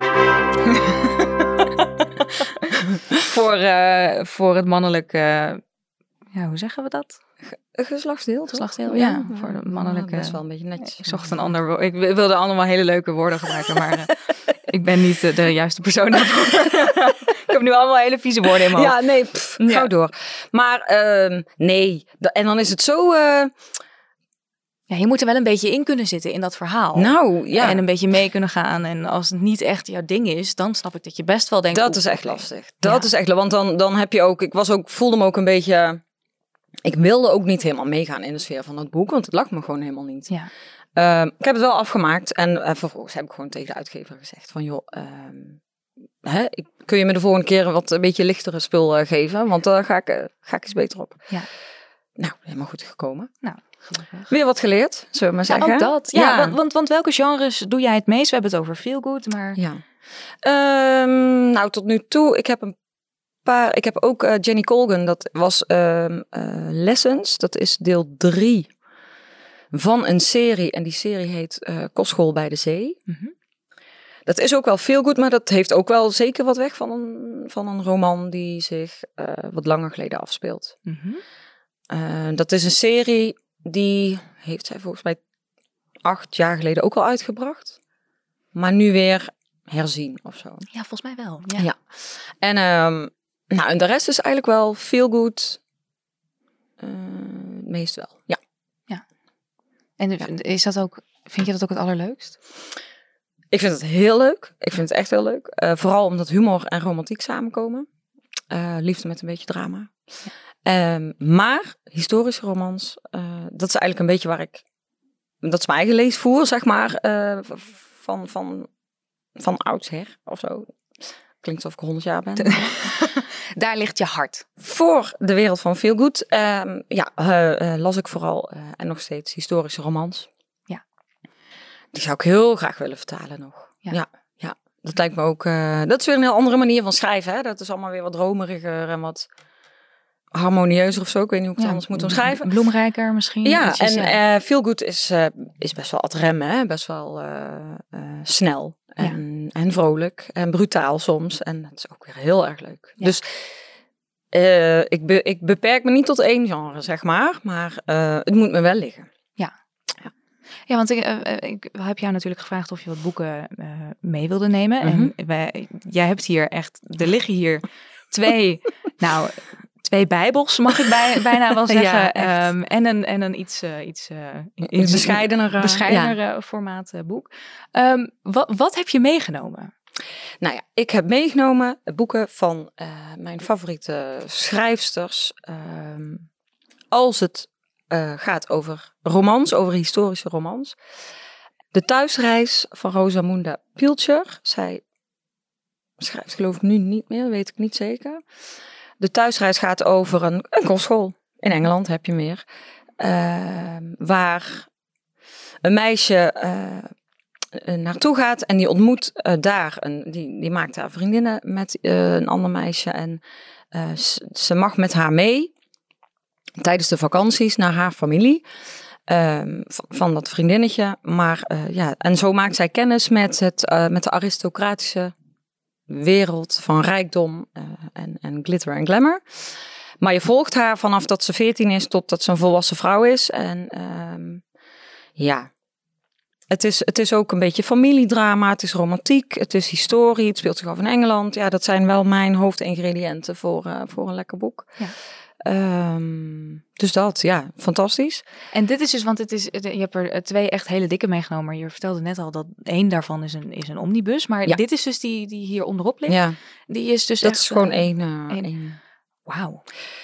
voor, uh, voor het mannelijke... Uh, ja, hoe zeggen we dat? Een geslachtsdeel, toch? Geslachtsdeel, ja. ja. Voor de mannelijke... Ja, dat is wel een beetje netjes. Ik zocht een ander woord. Ik wilde allemaal hele leuke woorden gebruiken, maar uh, ik ben niet uh, de juiste persoon daarvoor. Ik heb nu allemaal hele vieze woorden in mijn hoofd. Ja, nee, pff, ja. Gauw door. Maar uh, nee, en dan is het zo... Uh... Ja, je moet er wel een beetje in kunnen zitten in dat verhaal. Nou, ja. En een beetje mee kunnen gaan. En als het niet echt jouw ding is, dan snap ik dat je best wel denkt... Dat is echt lastig. Dat ja. is echt... Want dan, dan heb je ook... Ik was ook, voelde me ook een beetje... Ik wilde ook niet helemaal meegaan in de sfeer van het boek, want het lag me gewoon helemaal niet. Ja. Uh, ik heb het wel afgemaakt en uh, vervolgens heb ik gewoon tegen de uitgever gezegd van joh, uh, hè, kun je me de volgende keer wat een beetje lichtere spul uh, geven, want daar uh, ga, ik, uh, ga ik eens beter op. Ja. Nou, helemaal goed gekomen. Nou, gelukkig. Weer wat geleerd, zullen we maar zeggen. Ja, ook dat. Ja, ja. Want, want, want welke genres doe jij het meest? We hebben het over feel good, maar... Ja. Um, nou, tot nu toe, ik heb een paar... Ik heb ook uh, Jenny Colgan, dat was um, uh, Lessons. Dat is deel drie van een serie. En die serie heet uh, Kostschool bij de Zee. Mm-hmm. Dat is ook wel veel goed, maar dat heeft ook wel zeker wat weg van een, van een roman die zich uh, wat langer geleden afspeelt. Mm-hmm. Uh, dat is een serie die heeft zij volgens mij acht jaar geleden ook al uitgebracht. Maar nu weer herzien of zo. Ja, volgens mij wel. Ja. ja. En, um, nou, en de rest is eigenlijk wel feel good. Uh, meest wel, ja. ja. En ja. Is dat ook, vind je dat ook het allerleukst? Ik vind het heel leuk. Ik vind het echt heel leuk. Uh, vooral omdat humor en romantiek samenkomen. Uh, liefde met een beetje drama. Ja. Um, maar historische romans, uh, dat is eigenlijk een beetje waar ik... Dat is mijn eigen leesvoer, zeg maar, uh, van, van, van oudsher of zo. Klinkt alsof ik honderd jaar ben. Daar ligt je hart. Voor de wereld van Feel Good, um, ja, uh, uh, las ik vooral uh, en nog steeds historische romans. Ja. Die zou ik heel graag willen vertalen nog. Ja, ja, ja. Dat lijkt me ook. Uh, dat is weer een heel andere manier van schrijven. Hè? Dat is allemaal weer wat dromeriger en wat harmonieuzer of zo. Ik weet niet hoe ik het ja, anders moet omschrijven. Bloemrijker misschien. Ja, en uh, Feel Good is, uh, is best wel ad rem, hè? Best wel uh, uh, snel. En, ja. en vrolijk en brutaal soms. En dat is ook weer heel erg leuk. Ja. Dus uh, ik, be, ik beperk me niet tot één genre, zeg maar. Maar uh, het moet me wel liggen. Ja, ja. ja want ik, uh, ik heb jou natuurlijk gevraagd of je wat boeken uh, mee wilde nemen. Mm-hmm. En wij, jij hebt hier echt, er liggen hier twee, nou... Twee bijbels, mag ik bij, bijna wel zeggen. Ja, um, en een, en een iets, uh, iets, uh, iets bescheidener, bescheidener ja. formaat uh, boek. Um, wat, wat heb je meegenomen? Nou ja, ik heb meegenomen boeken van uh, mijn favoriete schrijfsters. Um, als het uh, gaat over romans, over historische romans. De Thuisreis van Rosamunde Pilcher. Zij schrijft geloof ik nu niet meer, weet ik niet zeker. De Thuisreis gaat over een, een kostschool. In Engeland heb je meer. Uh, waar een meisje uh, naartoe gaat en die ontmoet uh, daar. Een, die, die maakt haar vriendinnen met uh, een ander meisje. En uh, s- ze mag met haar mee tijdens de vakanties naar haar familie. Uh, van, van dat vriendinnetje. Maar uh, ja, en zo maakt zij kennis met, het, uh, met de aristocratische wereld van rijkdom uh, en, en glitter en glamour. Maar je volgt haar vanaf dat ze veertien is totdat ze een volwassen vrouw is. En um, ja, het is, het is ook een beetje familiedrama. Het is romantiek, het is historie, het speelt zich af in Engeland. Ja, dat zijn wel mijn hoofdingrediënten voor, uh, voor een lekker boek. Ja. Um, dus dat, ja, fantastisch. En dit is dus, want het is, je hebt er twee echt hele dikke meegenomen. Maar je vertelde net al dat één daarvan is een, is een omnibus. Maar ja. dit is dus die, die hier onderop ligt. Ja. Die is dus dat echt, is gewoon uh, één. Uh, één. één. Wauw.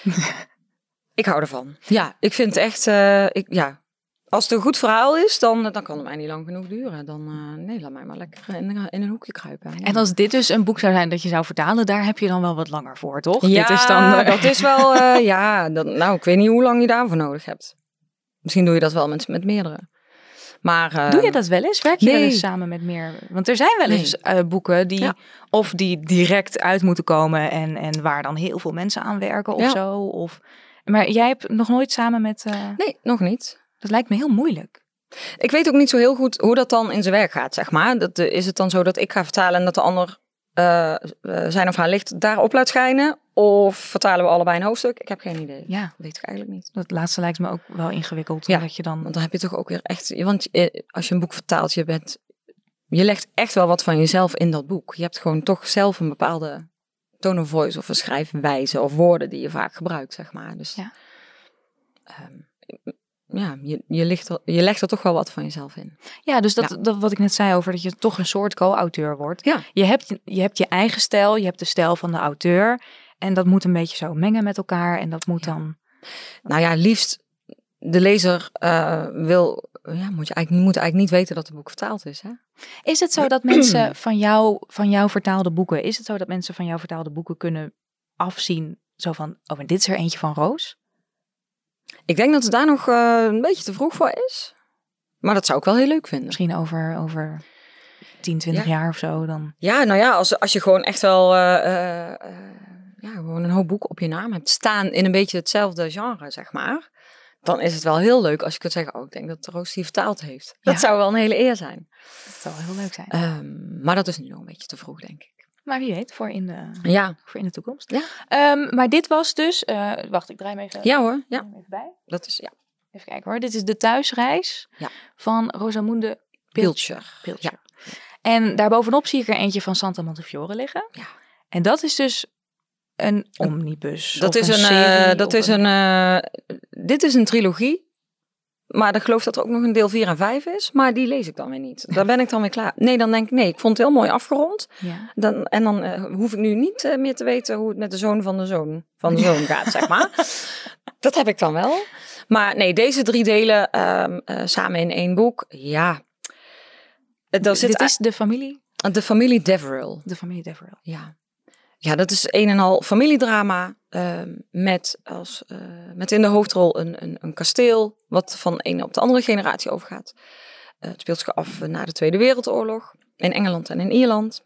Ik hou ervan. Ja, ik vind echt, uh, ik, ja, als het een goed verhaal is, dan, dan kan het mij niet lang genoeg duren. Dan, uh, nee, laat mij maar lekker in, in een hoekje kruipen. Ja. En als dit dus een boek zou zijn dat je zou vertalen, daar heb je dan wel wat langer voor, toch? Ja, dit is dan, uh... dat is wel, uh, ja, dat, nou, ik weet niet hoe lang je daarvoor nodig hebt. Misschien doe je dat wel met, met meerdere. Maar, uh, doe je dat wel eens? Werk je nee. wel eens samen met meer? Want er zijn wel eens nee. uh, boeken die, ja. of die direct uit moeten komen en, en waar dan heel veel mensen aan werken of ja. zo. Of, maar jij hebt nog nooit samen met... Uh... Nee, nog niet. Dat lijkt me heel moeilijk. Ik weet ook niet zo heel goed hoe dat dan in zijn werk gaat, zeg maar. Dat, uh, is het dan zo dat ik ga vertalen en dat de ander uh, uh, zijn of haar licht daarop laat schijnen? Of vertalen we allebei een hoofdstuk? Ik heb geen idee. Ja. Dat weet ik eigenlijk niet. Dat laatste lijkt me ook wel ingewikkeld. Ja, dat je dan... want dan heb je toch ook weer echt... Want uh, als je een boek vertaalt, je bent... Je legt echt wel wat van jezelf in dat boek. Je hebt gewoon toch zelf een bepaalde tone of voice of een schrijfwijze of woorden die je vaak gebruikt, zeg maar. Dus... Ja. Um, Ja, je, je, ligt er, je legt er toch wel wat van jezelf in. Ja, dus dat, ja. dat wat ik net zei over dat je toch een soort co-auteur wordt. Ja. Je hebt, je hebt je eigen stijl, je hebt de stijl van de auteur. En dat moet een beetje zo mengen met elkaar. En dat moet ja. dan... Nou ja, liefst de lezer uh, wil... Ja, moet je eigenlijk, moet eigenlijk niet weten dat het boek vertaald is. Hè? Is het zo dat mensen van jou, van jou vertaalde boeken... Is het zo dat mensen van jou vertaalde boeken kunnen afzien? Zo van, oh, en dit is er eentje van Roos? Ik denk dat het daar nog uh, een beetje te vroeg voor is. Maar dat zou ik wel heel leuk vinden. Misschien over, over tien, twintig ja. jaar of zo dan. Ja, nou ja, als, als je gewoon echt wel uh, uh, uh, ja, gewoon een hoop boeken op je naam hebt staan in een beetje hetzelfde genre, zeg maar. dan is het wel heel leuk als je kunt zeggen, oh, ik denk dat Roos die vertaald heeft. Dat Ja. zou wel een hele eer zijn. Dat zou wel heel leuk zijn. Um, maar dat is nu nog een beetje te vroeg, denk ik. Maar wie weet, voor in de, Ja, voor in de toekomst. Ja. Um, maar dit was dus... Uh, wacht, ik draai hem even, ja hoor. Ja. even bij. Dat is, ja. Even kijken hoor. Dit is de thuisreis Ja. van Rosamunde Pilcher. Pilcher. Ja. En daarbovenop zie ik er eentje van Santa Montefiore liggen. Ja. En dat is dus een omnibus. Dat of is een, een, serie, uh, dat is een, een uh, dit is een trilogie. Maar ik geloof dat er ook nog een deel vier en vijf is. Maar die lees ik dan weer niet. Daar ben ik dan weer klaar. Nee, dan denk ik, nee, ik vond het heel mooi afgerond. Ja. Dan, en dan uh, hoef ik nu niet uh, meer te weten hoe het met de zoon van de zoon van de zoon gaat, zeg maar. Dat heb ik dan wel. Maar nee, deze drie delen um, uh, samen in één boek. Ja. D- zit dit is de familie? De familie Deverell. De familie Deverell. Ja. Ja, dat is een en al familiedrama uh, met, als, uh, met in de hoofdrol een, een, een kasteel wat van de ene op de andere generatie overgaat. Uh, het speelt zich af uh, na de Tweede Wereldoorlog in Engeland en in Ierland.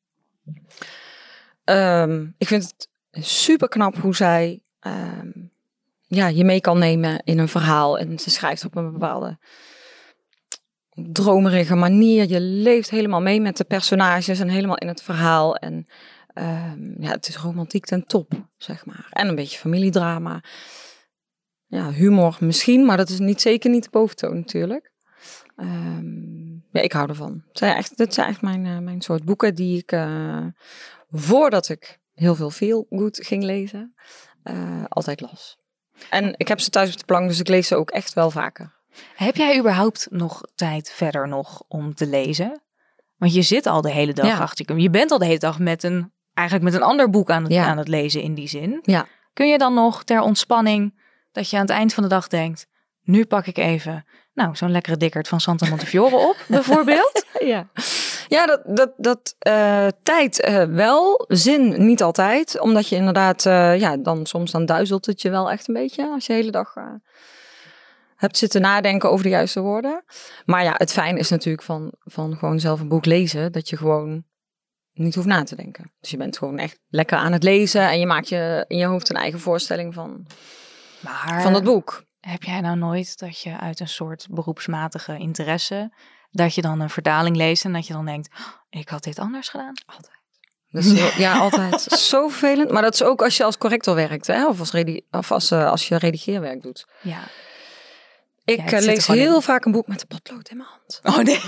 Um, ik vind het super knap hoe zij um, ja, je mee kan nemen in een verhaal. En ze schrijft op een bepaalde dromerige manier. Je leeft helemaal mee met de personages en helemaal in het verhaal. En Um, ja, het is romantiek ten top, zeg maar. En een beetje familiedrama. Ja, humor misschien, maar dat is niet, zeker niet de boventoon natuurlijk. Um, ja, ik hou ervan. Het zijn echt, dit zijn echt mijn, uh, mijn soort boeken die ik, uh, voordat ik heel veel feel good ging lezen, uh, altijd las. En ik heb ze thuis op de plank, dus ik lees ze ook echt wel vaker. Heb jij überhaupt nog tijd verder nog om te lezen? Want je zit al de hele dag ja. achter je. Je bent al de hele dag met een... Eigenlijk met een ander boek aan het, ja. aan het lezen in die zin. Ja. Kun je dan nog ter ontspanning dat je aan het eind van de dag denkt... nu pak ik even nou, zo'n lekkere dikkerd van Santa Montefiore op, bijvoorbeeld? Ja, ja dat, dat, dat uh, tijd uh, wel, zin niet altijd. Omdat je inderdaad, uh, ja, dan soms dan duizelt het je wel echt een beetje. Als je de hele dag uh, hebt zitten nadenken over de juiste woorden. Maar ja, het fijn is natuurlijk van, van gewoon zelf een boek lezen. Dat je gewoon... niet hoeft na te denken. Dus je bent gewoon echt lekker aan het lezen en je maakt je in je hoofd een eigen voorstelling van, maar van dat boek. Heb jij nou nooit dat je uit een soort beroepsmatige interesse, dat je dan een vertaling leest en dat je dan denkt, oh, ik had dit anders gedaan? Altijd. Dat is heel, ja, altijd. Zo vervelend. Maar dat is ook als je als corrector werkt, hè? Of, als, redi- of als, uh, als je redigeerwerk doet. Ja. Ik ja, uh, lees heel in. vaak een boek met een potlood in mijn hand. Oh nee.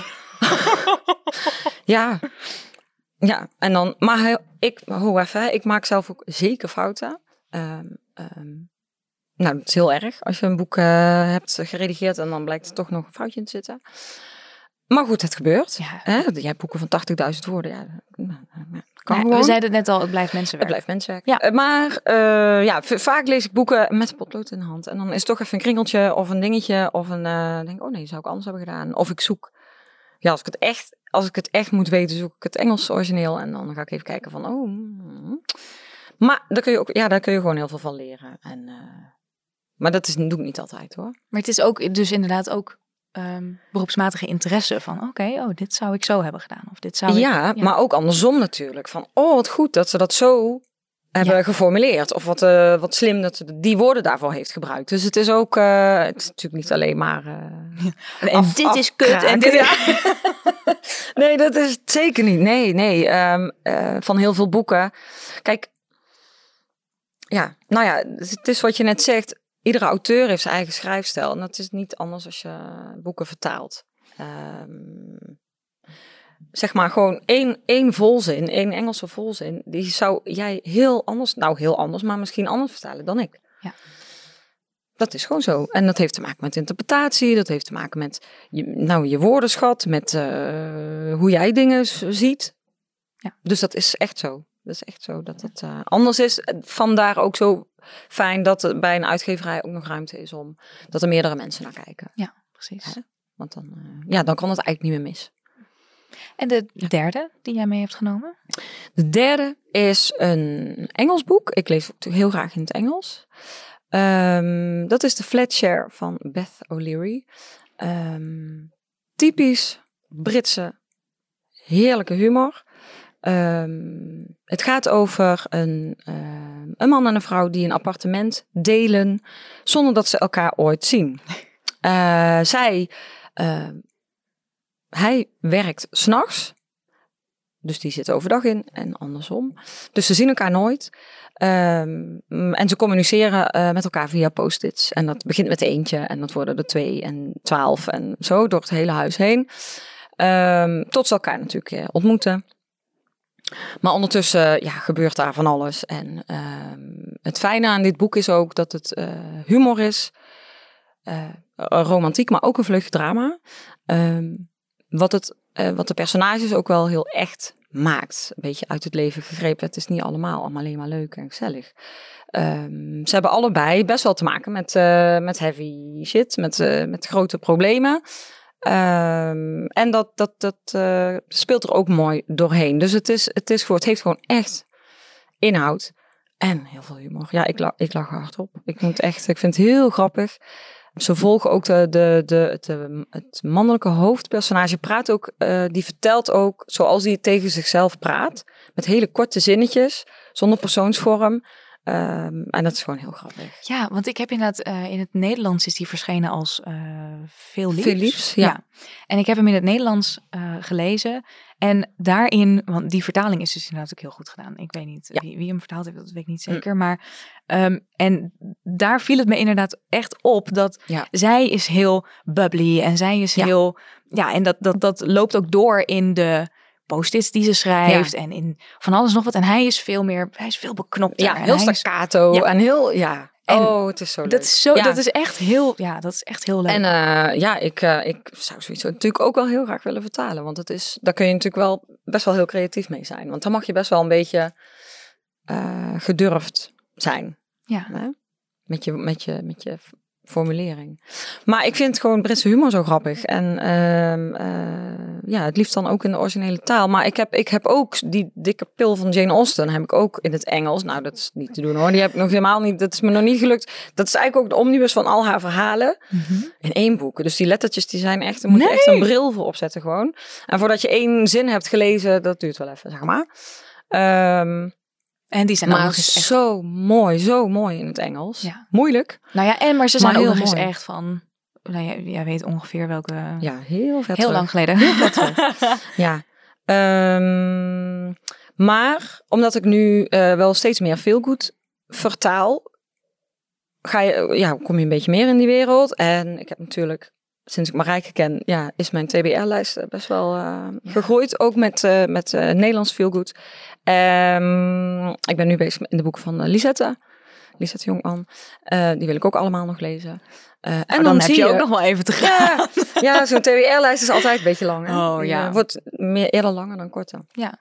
Ja. Ja, en dan, maar ik, hoe even, ik maak zelf ook zeker fouten. Um, um, nou, dat is heel erg als je een boek uh, hebt geredigeerd en dan blijkt er toch nog een foutje in te zitten. Maar goed, het gebeurt. Ja. Hè? Jij hebt boeken van tachtigduizend woorden. Ja, kan nee, gewoon. We zeiden het net al, het blijft mensenwerk. Het blijft mensenwerk. Ja. Uh, maar uh, ja, v- vaak lees ik boeken met een potlood in de hand. En dan is het toch even een kringeltje of een dingetje. Of een, uh, denk oh nee, zou ik anders hebben gedaan. Of ik zoek. Ja, als ik het echt, als ik het echt moet weten, zoek ik het Engels origineel. En dan ga ik even kijken van, oh. Mm. Maar daar kun je ook, ja, daar kun je gewoon heel veel van leren. En, uh, maar dat is, doe ik niet altijd hoor. Maar het is ook, dus inderdaad ook um, beroepsmatige interesse van, oké, okay, oh, dit zou ik zo hebben gedaan. Of dit zou ja, ik, ja, maar ook andersom natuurlijk. Van, oh, wat goed dat ze dat zo hebben ja. geformuleerd. Of wat, uh, wat slim dat ze die woorden daarvoor heeft gebruikt. Dus het is ook, uh, het is natuurlijk niet alleen maar... Uh, ja. En af, dit af, is kut. En dit ja. Nee, dat is het zeker niet. Nee, nee. Um, uh, van heel veel boeken. Kijk, ja, nou ja, het is wat je net zegt. Iedere auteur heeft zijn eigen schrijfstijl. En dat is niet anders als je boeken vertaalt. Um, zeg maar gewoon één, één volzin, één Engelse volzin. Die zou jij heel anders, nou heel anders, maar misschien anders vertalen dan ik. Ja. Dat is gewoon zo. En dat heeft te maken met interpretatie. Dat heeft te maken met je, nou, je woordenschat. Met uh, hoe jij dingen ziet. Ja. Dus dat is echt zo. Dat is echt zo dat het uh, anders is. Vandaar ook zo fijn dat er bij een uitgeverij ook nog ruimte is om dat er meerdere mensen naar kijken. Ja, precies. Hè? Want dan, uh, ja, dan kan het eigenlijk niet meer mis. En de derde die jij mee hebt genomen? De derde is een Engels boek. Ik lees ook heel graag in het Engels. Um, dat is de Flatshare van Beth O'Leary. Um, typisch Britse heerlijke humor. Um, het gaat over een, uh, een man en een vrouw die een appartement delen zonder dat ze elkaar ooit zien. Uh, zij, uh, hij werkt 's nachts, dus die zit overdag in en andersom. Dus ze zien elkaar nooit. Um, en ze communiceren uh, met elkaar via post-its. En dat begint met eentje en dat worden er twee en twaalf en zo door het hele huis heen. Um, tot ze elkaar natuurlijk uh, ontmoeten. Maar ondertussen ja, gebeurt daar van alles. En um, het fijne aan dit boek is ook dat het uh, humor is. Uh, romantiek, maar ook een vleugje drama. Um, wat, het, uh, wat de personages ook wel heel echt maakt. Een beetje uit het leven gegrepen. Het is niet allemaal, allemaal alleen maar leuk en gezellig. Um, ze hebben allebei best wel te maken met, uh, met heavy shit. Met, uh, met grote problemen. Um, en dat, dat, dat uh, speelt er ook mooi doorheen. Dus het, is, het, is gewoon, het heeft gewoon echt inhoud. En heel veel humor. Ja, ik, la, ik lach hardop. Ik moet echt, ik vind het heel grappig. Ze volgen ook de, de, de, het, het mannelijke hoofdpersonage. Praat ook, uh, die vertelt ook zoals hij tegen zichzelf praat. Met hele korte zinnetjes. Zonder persoonsvorm. Um, en dat is gewoon heel grappig. Ja, want ik heb inderdaad uh, in het Nederlands is die verschenen als uh, Veel Liefs. Veel Liefs, ja. ja. En ik heb hem in het Nederlands uh, gelezen. En daarin, want die vertaling is dus inderdaad ook heel goed gedaan. Ik weet niet ja. wie, wie hem vertaald heeft, dat weet ik niet zeker. Mm. Maar um, en daar viel het me inderdaad echt op dat ja. zij is heel bubbly en zij is ja. heel, ja, en dat, dat, dat loopt ook door in de post-its die ze schrijft ja. en in van alles nog wat. En hij is veel meer, hij is veel beknopter. Ja, heel staccato ja. en heel, ja. En oh, het is zo leuk. Dat is, zo, ja. dat is echt heel, ja, dat is echt heel leuk. En uh, ja, ik, uh, ik zou zoiets natuurlijk ook wel heel graag willen vertalen. Want het is, daar kun je natuurlijk wel best wel heel creatief mee zijn. Want dan mag je best wel een beetje uh, gedurfd zijn. Ja. Hè? Met je, met je, met je formulering. Maar ik vind gewoon Britse humor zo grappig. En uh, uh, ja, het liefst dan ook in de originele taal. Maar ik heb, ik heb ook die dikke pil van Jane Austen, heb ik ook in het Engels. Nou, dat is niet te doen hoor. Die heb ik nog helemaal niet, dat is me nog niet gelukt. Dat is eigenlijk ook de omnibus van al haar verhalen. Mm-hmm. In één boek. Dus die lettertjes die zijn echt, daar moet nee. je echt een bril voor opzetten gewoon. En voordat je één zin hebt gelezen, dat duurt wel even, zeg maar. Um, En die zijn maar ook nog eens echt zo mooi, zo mooi in het Engels. Ja. Moeilijk. Nou ja, en maar ze zijn maar ook nog eens mooi. echt van, nou ja, jij weet ongeveer welke. Ja, heel vet. Heel terug. lang geleden. Heel vet. ja. Um, maar omdat ik nu uh, wel steeds meer feelgood vertaal, ga je, ja, kom je een beetje meer in die wereld. En ik heb natuurlijk, sinds ik Marijke ken, ja, is mijn T B R-lijst best wel uh, ja. gegroeid. Ook met, uh, met uh, Nederlands feelgood. Um, ik ben nu bezig in de boeken van uh, Lisette. Lisette Jongman. Uh, die wil ik ook allemaal nog lezen. Uh, en dan, dan heb je, je ook nog wel even te gaan. Ja, ja, zo'n T B R-lijst is altijd een beetje lang. Hè? Oh ja. Uh, wordt meer, eerder langer dan korter. Ja.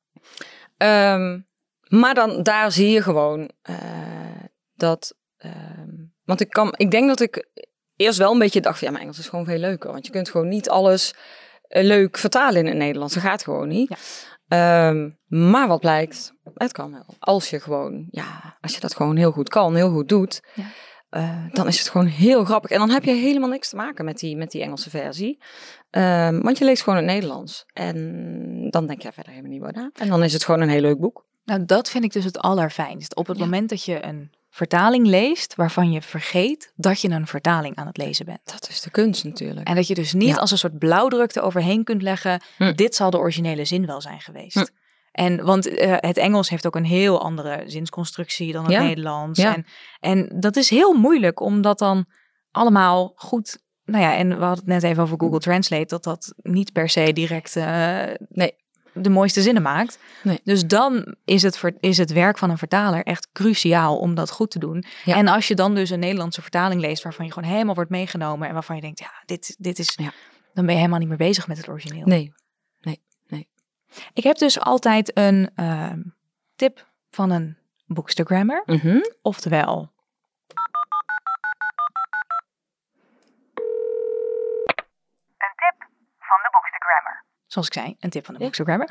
Um, maar dan, daar zie je gewoon uh, dat... Um, want ik, kan, ik denk dat ik eerst wel een beetje dacht van, ja, maar Engels is gewoon veel leuker. Want je kunt gewoon niet alles uh, leuk vertalen in het Nederlands. Dat gaat gewoon niet. Ja. Um, maar wat blijkt, het kan wel. Als je gewoon, ja, als je dat gewoon heel goed kan, heel goed doet, ja. uh, dan is het gewoon heel grappig. En dan heb je helemaal niks te maken met die, met die Engelse versie. Um, want je leest gewoon het Nederlands. En dan denk je verder helemaal niet wat na. En dan is het gewoon een heel leuk boek. Nou, dat vind ik dus het allerfijnst. Op het ja. moment dat je een vertaling leest waarvan je vergeet dat je een vertaling aan het lezen bent. Dat is de kunst natuurlijk. En dat je dus niet ja. als een soort blauwdruk eroverheen kunt leggen, hm. dit zal de originele zin wel zijn geweest. Hm. En want uh, het Engels heeft ook een heel andere zinsconstructie dan het ja. Nederlands. Ja. En, en dat is heel moeilijk om dat dan allemaal goed. Nou ja, en we hadden het net even over Google Translate, dat dat niet per se direct uh, nee. de mooiste zinnen maakt. Nee. Dus dan is het, ver, is het werk van een vertaler echt cruciaal om dat goed te doen. Ja. En als je dan dus een Nederlandse vertaling leest waarvan je gewoon helemaal wordt meegenomen en waarvan je denkt, ja, dit, dit is, ja. dan ben je helemaal niet meer bezig met het origineel. Nee, nee, nee. Ik heb dus altijd een uh, tip van een bookstagrammer. Mm-hmm. Oftewel, een tip van de bookstagrammer. zoals ik zei, een tip van de Ja. Bookstagrammer.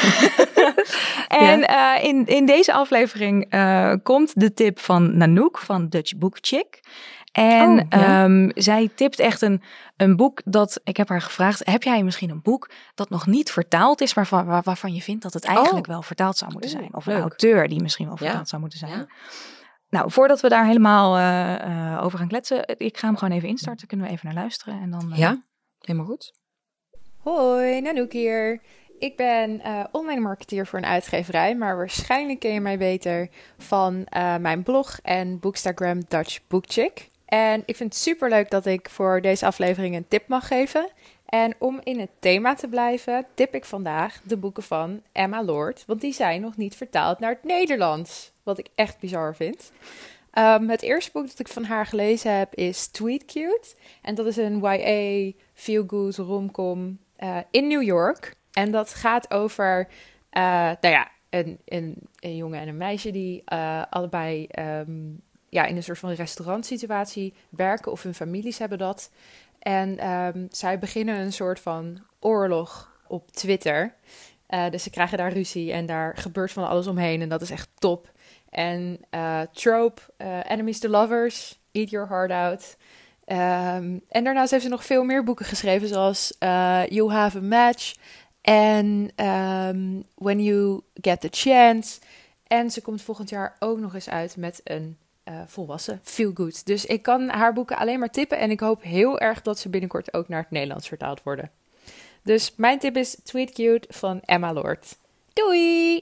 en ja. uh, in, in deze aflevering uh, komt de tip van Nanook van Dutch Book Chick. En oh, ja. um, zij tipt echt een, een boek dat, ik heb haar gevraagd, heb jij misschien een boek dat nog niet vertaald is, waarvan, waar, waarvan je vindt dat het eigenlijk oh. wel vertaald zou moeten zijn? Of leuk. Een auteur die misschien wel vertaald ja. zou moeten zijn. Ja. Nou, voordat we daar helemaal uh, uh, over gaan kletsen, ik ga hem gewoon even instarten. Kunnen we even naar luisteren en dan... Uh... Ja, helemaal goed. Hoi, Nanook hier. Ik ben uh, online marketeer voor een uitgeverij, maar waarschijnlijk ken je mij beter van uh, mijn blog en Bookstagram Dutch Book Chick. En ik vind het superleuk dat ik voor deze aflevering een tip mag geven. En om in het thema te blijven, tip ik vandaag de boeken van Emma Lord, want die zijn nog niet vertaald naar het Nederlands, wat ik echt bizar vind. Um, het eerste boek dat ik van haar gelezen heb is Tweet Cute. En dat is een Y A feel-good romcom uh, in New York. En dat gaat over, uh, nou ja, een, een, een jongen en een meisje die uh, allebei um, ja, in een soort van restaurantsituatie werken, of hun families hebben dat. En um, zij beginnen een soort van oorlog op Twitter. Uh, dus ze krijgen daar ruzie en daar gebeurt van alles omheen en dat is echt top. En uh, Trope, uh, Enemies to Lovers, Eat Your Heart Out. Um, en daarnaast heeft ze nog veel meer boeken geschreven, zoals uh, You Have a Match en um, When You Get the Chance. En ze komt volgend jaar ook nog eens uit met een uh, volwassen feel good. Dus ik kan haar boeken alleen maar tippen en ik hoop heel erg dat ze binnenkort ook naar het Nederlands vertaald worden. Dus mijn tip is Tweet Cute van Emma Lord. Doei!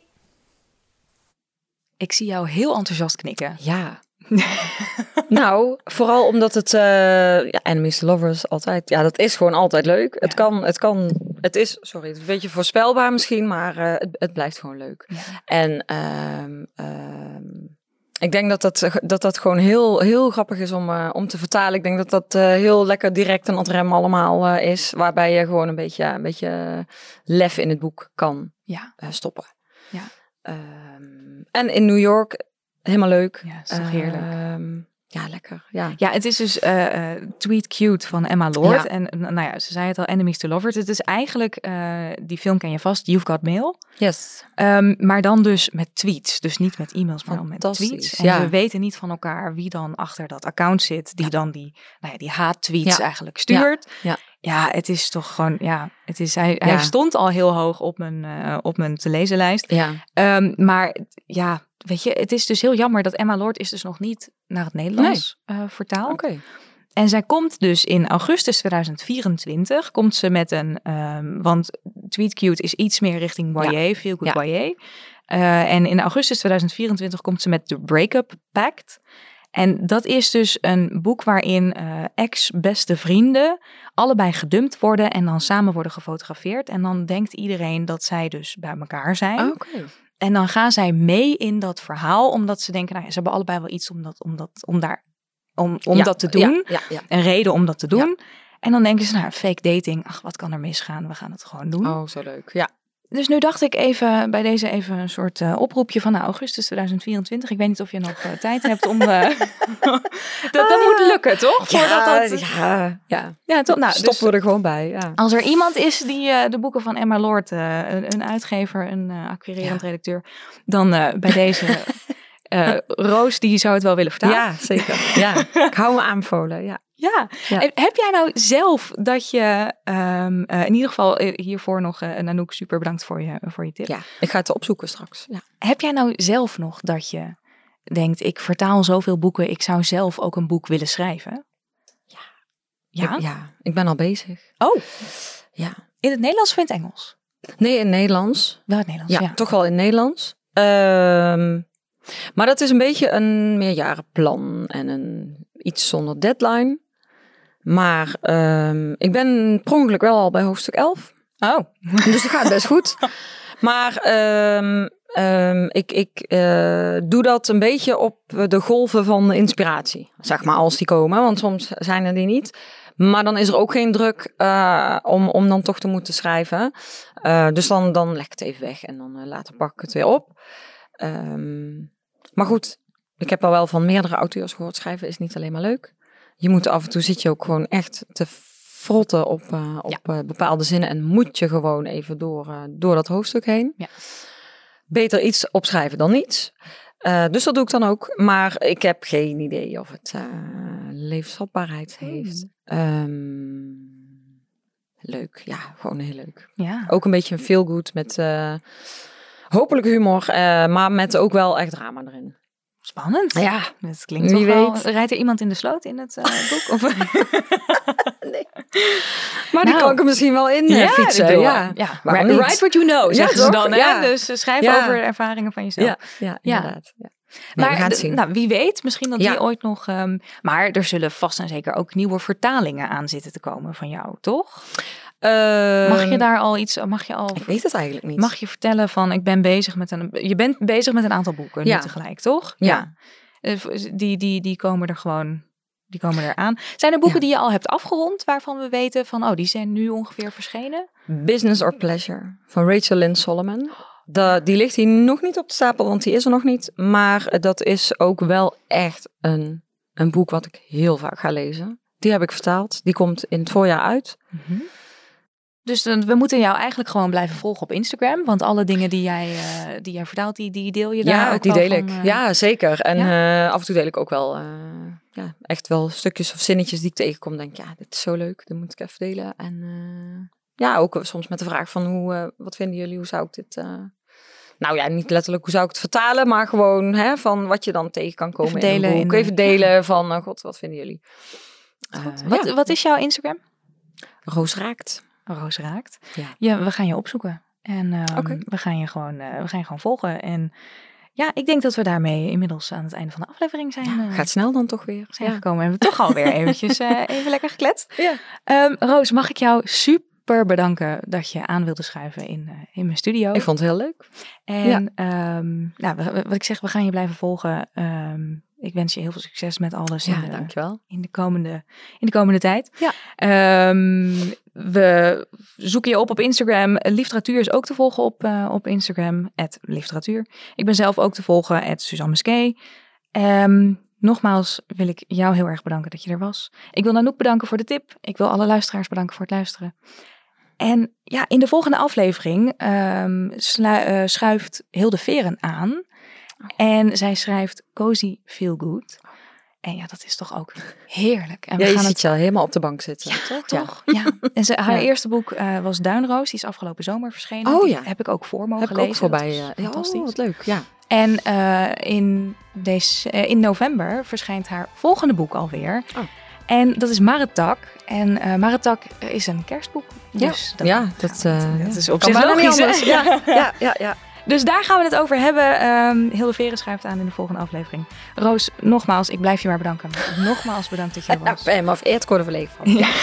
Ik zie jou heel enthousiast knikken. Ja. Nou, vooral omdat het... Uh, ja, Enemies to Lovers altijd... Ja, dat is gewoon altijd leuk. Ja. Het kan... Het kan... Het is... Sorry, het is een beetje voorspelbaar misschien, maar uh, het, het blijft gewoon leuk. Ja. En... Um, um, ik denk dat dat, dat dat gewoon heel, heel grappig is om, uh, om te vertalen. Ik denk dat dat uh, heel lekker direct en ad rem allemaal uh, is. Waarbij je gewoon een beetje, een beetje lef in het boek kan ja. uh, stoppen. Ja. Um, en in New York, helemaal leuk. Ja, is toch heerlijk. Um, ja, lekker. Ja. ja, het is dus uh, uh, Tweet Cute van Emma Lord. Ja. En nou ja, ze zei het al, Enemies to Lovers. Het is eigenlijk, uh, die film ken je vast, You've Got Mail. Yes. Um, maar dan dus met tweets. Dus niet met e-mails, maar met tweets. En ja. we weten niet van elkaar wie dan achter dat account zit. Die ja. dan die, nou ja, die haattweets ja. eigenlijk stuurt. Ja. Ja. Ja, het is toch gewoon, ja, het is, hij, ja. hij stond al heel hoog op mijn, uh, op mijn te lezen lijst. Ja. Um, maar ja, weet je, het is dus heel jammer dat Emma Lord is dus nog niet naar het Nederlands nee. uh, vertaald. Oké. Okay. En zij komt dus in augustus tweeduizend vierentwintig, komt ze met een, um, want Tweet Cute is iets meer richting Y A, ja. Feel Good ja. Y A. Uh, en in augustus tweeduizend vierentwintig komt ze met The Breakup Pact. En dat is dus een boek waarin uh, ex-beste vrienden allebei gedumpt worden en dan samen worden gefotografeerd. En dan denkt iedereen dat zij dus bij elkaar zijn. Oh, okay. En dan gaan zij mee in dat verhaal, omdat ze denken, nou ja, ze hebben allebei wel iets om, dat, om, dat, om, daar, om, om ja, dat te doen. Ja, ja, ja. Een reden om dat te doen. Ja. En dan denken ze, nou, fake dating, ach, wat kan er misgaan? We gaan het gewoon doen. Oh, zo leuk, ja. Dus nu dacht ik even bij deze even een soort uh, oproepje van nou, augustus tweeduizend vierentwintig. Ik weet niet of je nog uh, tijd hebt om... Uh, dat, dat uh, moet lukken, toch? Ja, Voordat dat, ja, ja. ja toch, nou, stoppen dus, we er gewoon bij. Ja. Als er iemand is die uh, de boeken van Emma Lord, uh, een, een uitgever, een uh, acquirerend ja. redacteur, dan uh, bij deze... Uh, Roos, die zou het wel willen vertalen. Ja, zeker. Ja, ik hou me aanbevolen, ja. Ja. ja, heb jij nou zelf dat je, um, uh, in ieder geval hiervoor nog, uh, Nanook, super bedankt voor je, voor je tip. Ja, ik ga het opzoeken straks. Ja. Heb jij nou zelf nog dat je denkt, ik vertaal zoveel boeken, ik zou zelf ook een boek willen schrijven? Ja. Ja? Ik, ja, ik ben al bezig. Oh. Ja. In het Nederlands of in het Engels? Nee, in het Nederlands. Wel in het Nederlands, ja. ja. Toch wel in het Nederlands. Um, maar dat is een beetje een meerjarenplan en een iets zonder deadline. Maar um, ik ben per ongeluk wel al bij hoofdstuk elf. Oh. Dus dat gaat best goed. Maar um, um, ik, ik uh, doe dat een beetje op de golven van de inspiratie. Zeg maar, als die komen. Want soms zijn er die niet. Maar dan is er ook geen druk uh, om, om dan toch te moeten schrijven. Uh, dus dan, dan leg ik het even weg. En dan uh, later pak ik het weer op. Um, maar goed, ik heb al wel van meerdere auteurs gehoord. Schrijven is niet alleen maar leuk. Je moet af en toe zit je ook gewoon echt te frotten op, uh, op ja. uh, bepaalde zinnen en moet je gewoon even door, uh, door dat hoofdstuk heen. Ja. Beter iets opschrijven dan niets. Uh, dus dat doe ik dan ook. Maar ik heb geen idee of het uh, levensvatbaarheid heeft. Mm. Um, leuk, ja, gewoon heel leuk. Ja. Ook een beetje een feel good met uh, hopelijk humor, uh, maar met ook wel echt drama erin. Spannend. Ja, dat klinkt toch wel. Rijdt er iemand in de sloot in het uh, boek? Of? Nee. Maar nou, die kan ik er misschien wel in ja, fietsen. Bedoel, ja, ja. Write what you know, zeggen ja, ze dan. Ja. Hè? Dus schrijf ja. over ervaringen van jezelf. Ja, ja inderdaad. Ja. Nee, maar we gaan het zien. Nou, wie weet, misschien dat ja. die ooit nog... Um, maar er zullen vast en zeker ook nieuwe vertalingen aan zitten te komen van jou, toch? Uh, mag je daar al iets... Mag je al, ik weet het eigenlijk niet. Mag je vertellen van, ik ben bezig met een... Je bent bezig met een aantal boeken ja. nu tegelijk, toch? Ja. ja. Die, die, die komen er gewoon... Die komen eraan. Zijn er boeken ja. die je al hebt afgerond, waarvan we weten van, oh, die zijn nu ongeveer verschenen? Business or Pleasure van Rachel Lynn Solomon. De, die ligt hier nog niet op de stapel, want die is er nog niet. Maar dat is ook wel echt een, een boek wat ik heel vaak ga lezen. Die heb ik vertaald. Die komt in het voorjaar uit. Mm-hmm. Dus we moeten jou eigenlijk gewoon blijven volgen op Instagram. Want alle dingen die jij, uh, die jij vertaalt, die, die deel je daar ja, ook die wel deel van, ik. Uh... Ja, zeker. En ja. Uh, af en toe deel ik ook wel uh, ja, echt wel stukjes of zinnetjes die ik tegenkom. Denk ja, dit is zo leuk. Dat moet ik even delen. En uh, ja, ook soms met de vraag van hoe, uh, wat vinden jullie? Hoe zou ik dit... Uh... Nou ja, niet letterlijk hoe zou ik het vertalen, maar gewoon hè, van wat je dan tegen kan komen even in een boek. In de... Even delen van, uh, god, wat vinden jullie? Uh, wat, ja. wat is jouw Instagram? Roos Raakt. Roos Raakt. Ja. ja, we gaan je opzoeken. En um, okay. we, gaan je gewoon, uh, we gaan je gewoon volgen. En ja, ik denk dat we daarmee inmiddels aan het einde van de aflevering zijn. Ja, uh, gaat snel dan toch weer. Zijn ja. gekomen. En we toch alweer eventjes uh, even lekker gekletst. Ja. Um, Roos, mag ik jou super bedanken dat je aan wilde schuiven in, uh, in mijn studio. Ik vond het heel leuk. En ja. um, nou, wat ik zeg, we gaan je blijven volgen. Um, ik wens je heel veel succes met alles ja, in, de, dankjewel. in, de komende, in de komende tijd. Ja. Um, we zoeken je op op Instagram. Lifteratuur is ook te volgen op, uh, op Instagram, at lifteratuur. Ik ben zelf ook te volgen, at Suzanne Musquet. Um, nogmaals wil ik jou heel erg bedanken dat je er was. Ik wil Nanoek bedanken voor de tip. Ik wil alle luisteraars bedanken voor het luisteren. En ja, in de volgende aflevering um, slu- uh, schuift Hilde Veren aan. En zij schrijft Cozy Feel Good. En ja, dat is toch ook heerlijk. En we ja, je gaan ziet het... je al helemaal op de bank zitten. Ja, toch? toch? Ja. ja. En ze, haar ja. eerste boek uh, was Duinroos. Die is afgelopen zomer verschenen. Oh die ja. heb ik ook voor mogen heb lezen. Ook voorbij. Ja, fantastisch. Oh, wat leuk. Ja. En uh, in, deze, uh, in november verschijnt haar volgende boek alweer. Oh. En dat is Maretak. En uh, Maretak is een kerstboek. Dus ja, dat, ja, dat, uh, dat is op zich logisch. Ja, ja, ja, ja. Dus daar gaan we het over hebben. Um, Hilde Veren schrijft aan in de volgende aflevering. Roos, nogmaals, ik blijf je maar bedanken. Nogmaals bedankt dat je er was. Ik ben maar vereerd worden verlegen van. Ja.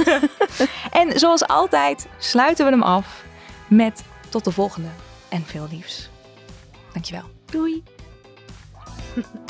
En zoals altijd sluiten we hem af met tot de volgende en veel liefs. Dankjewel. Doei.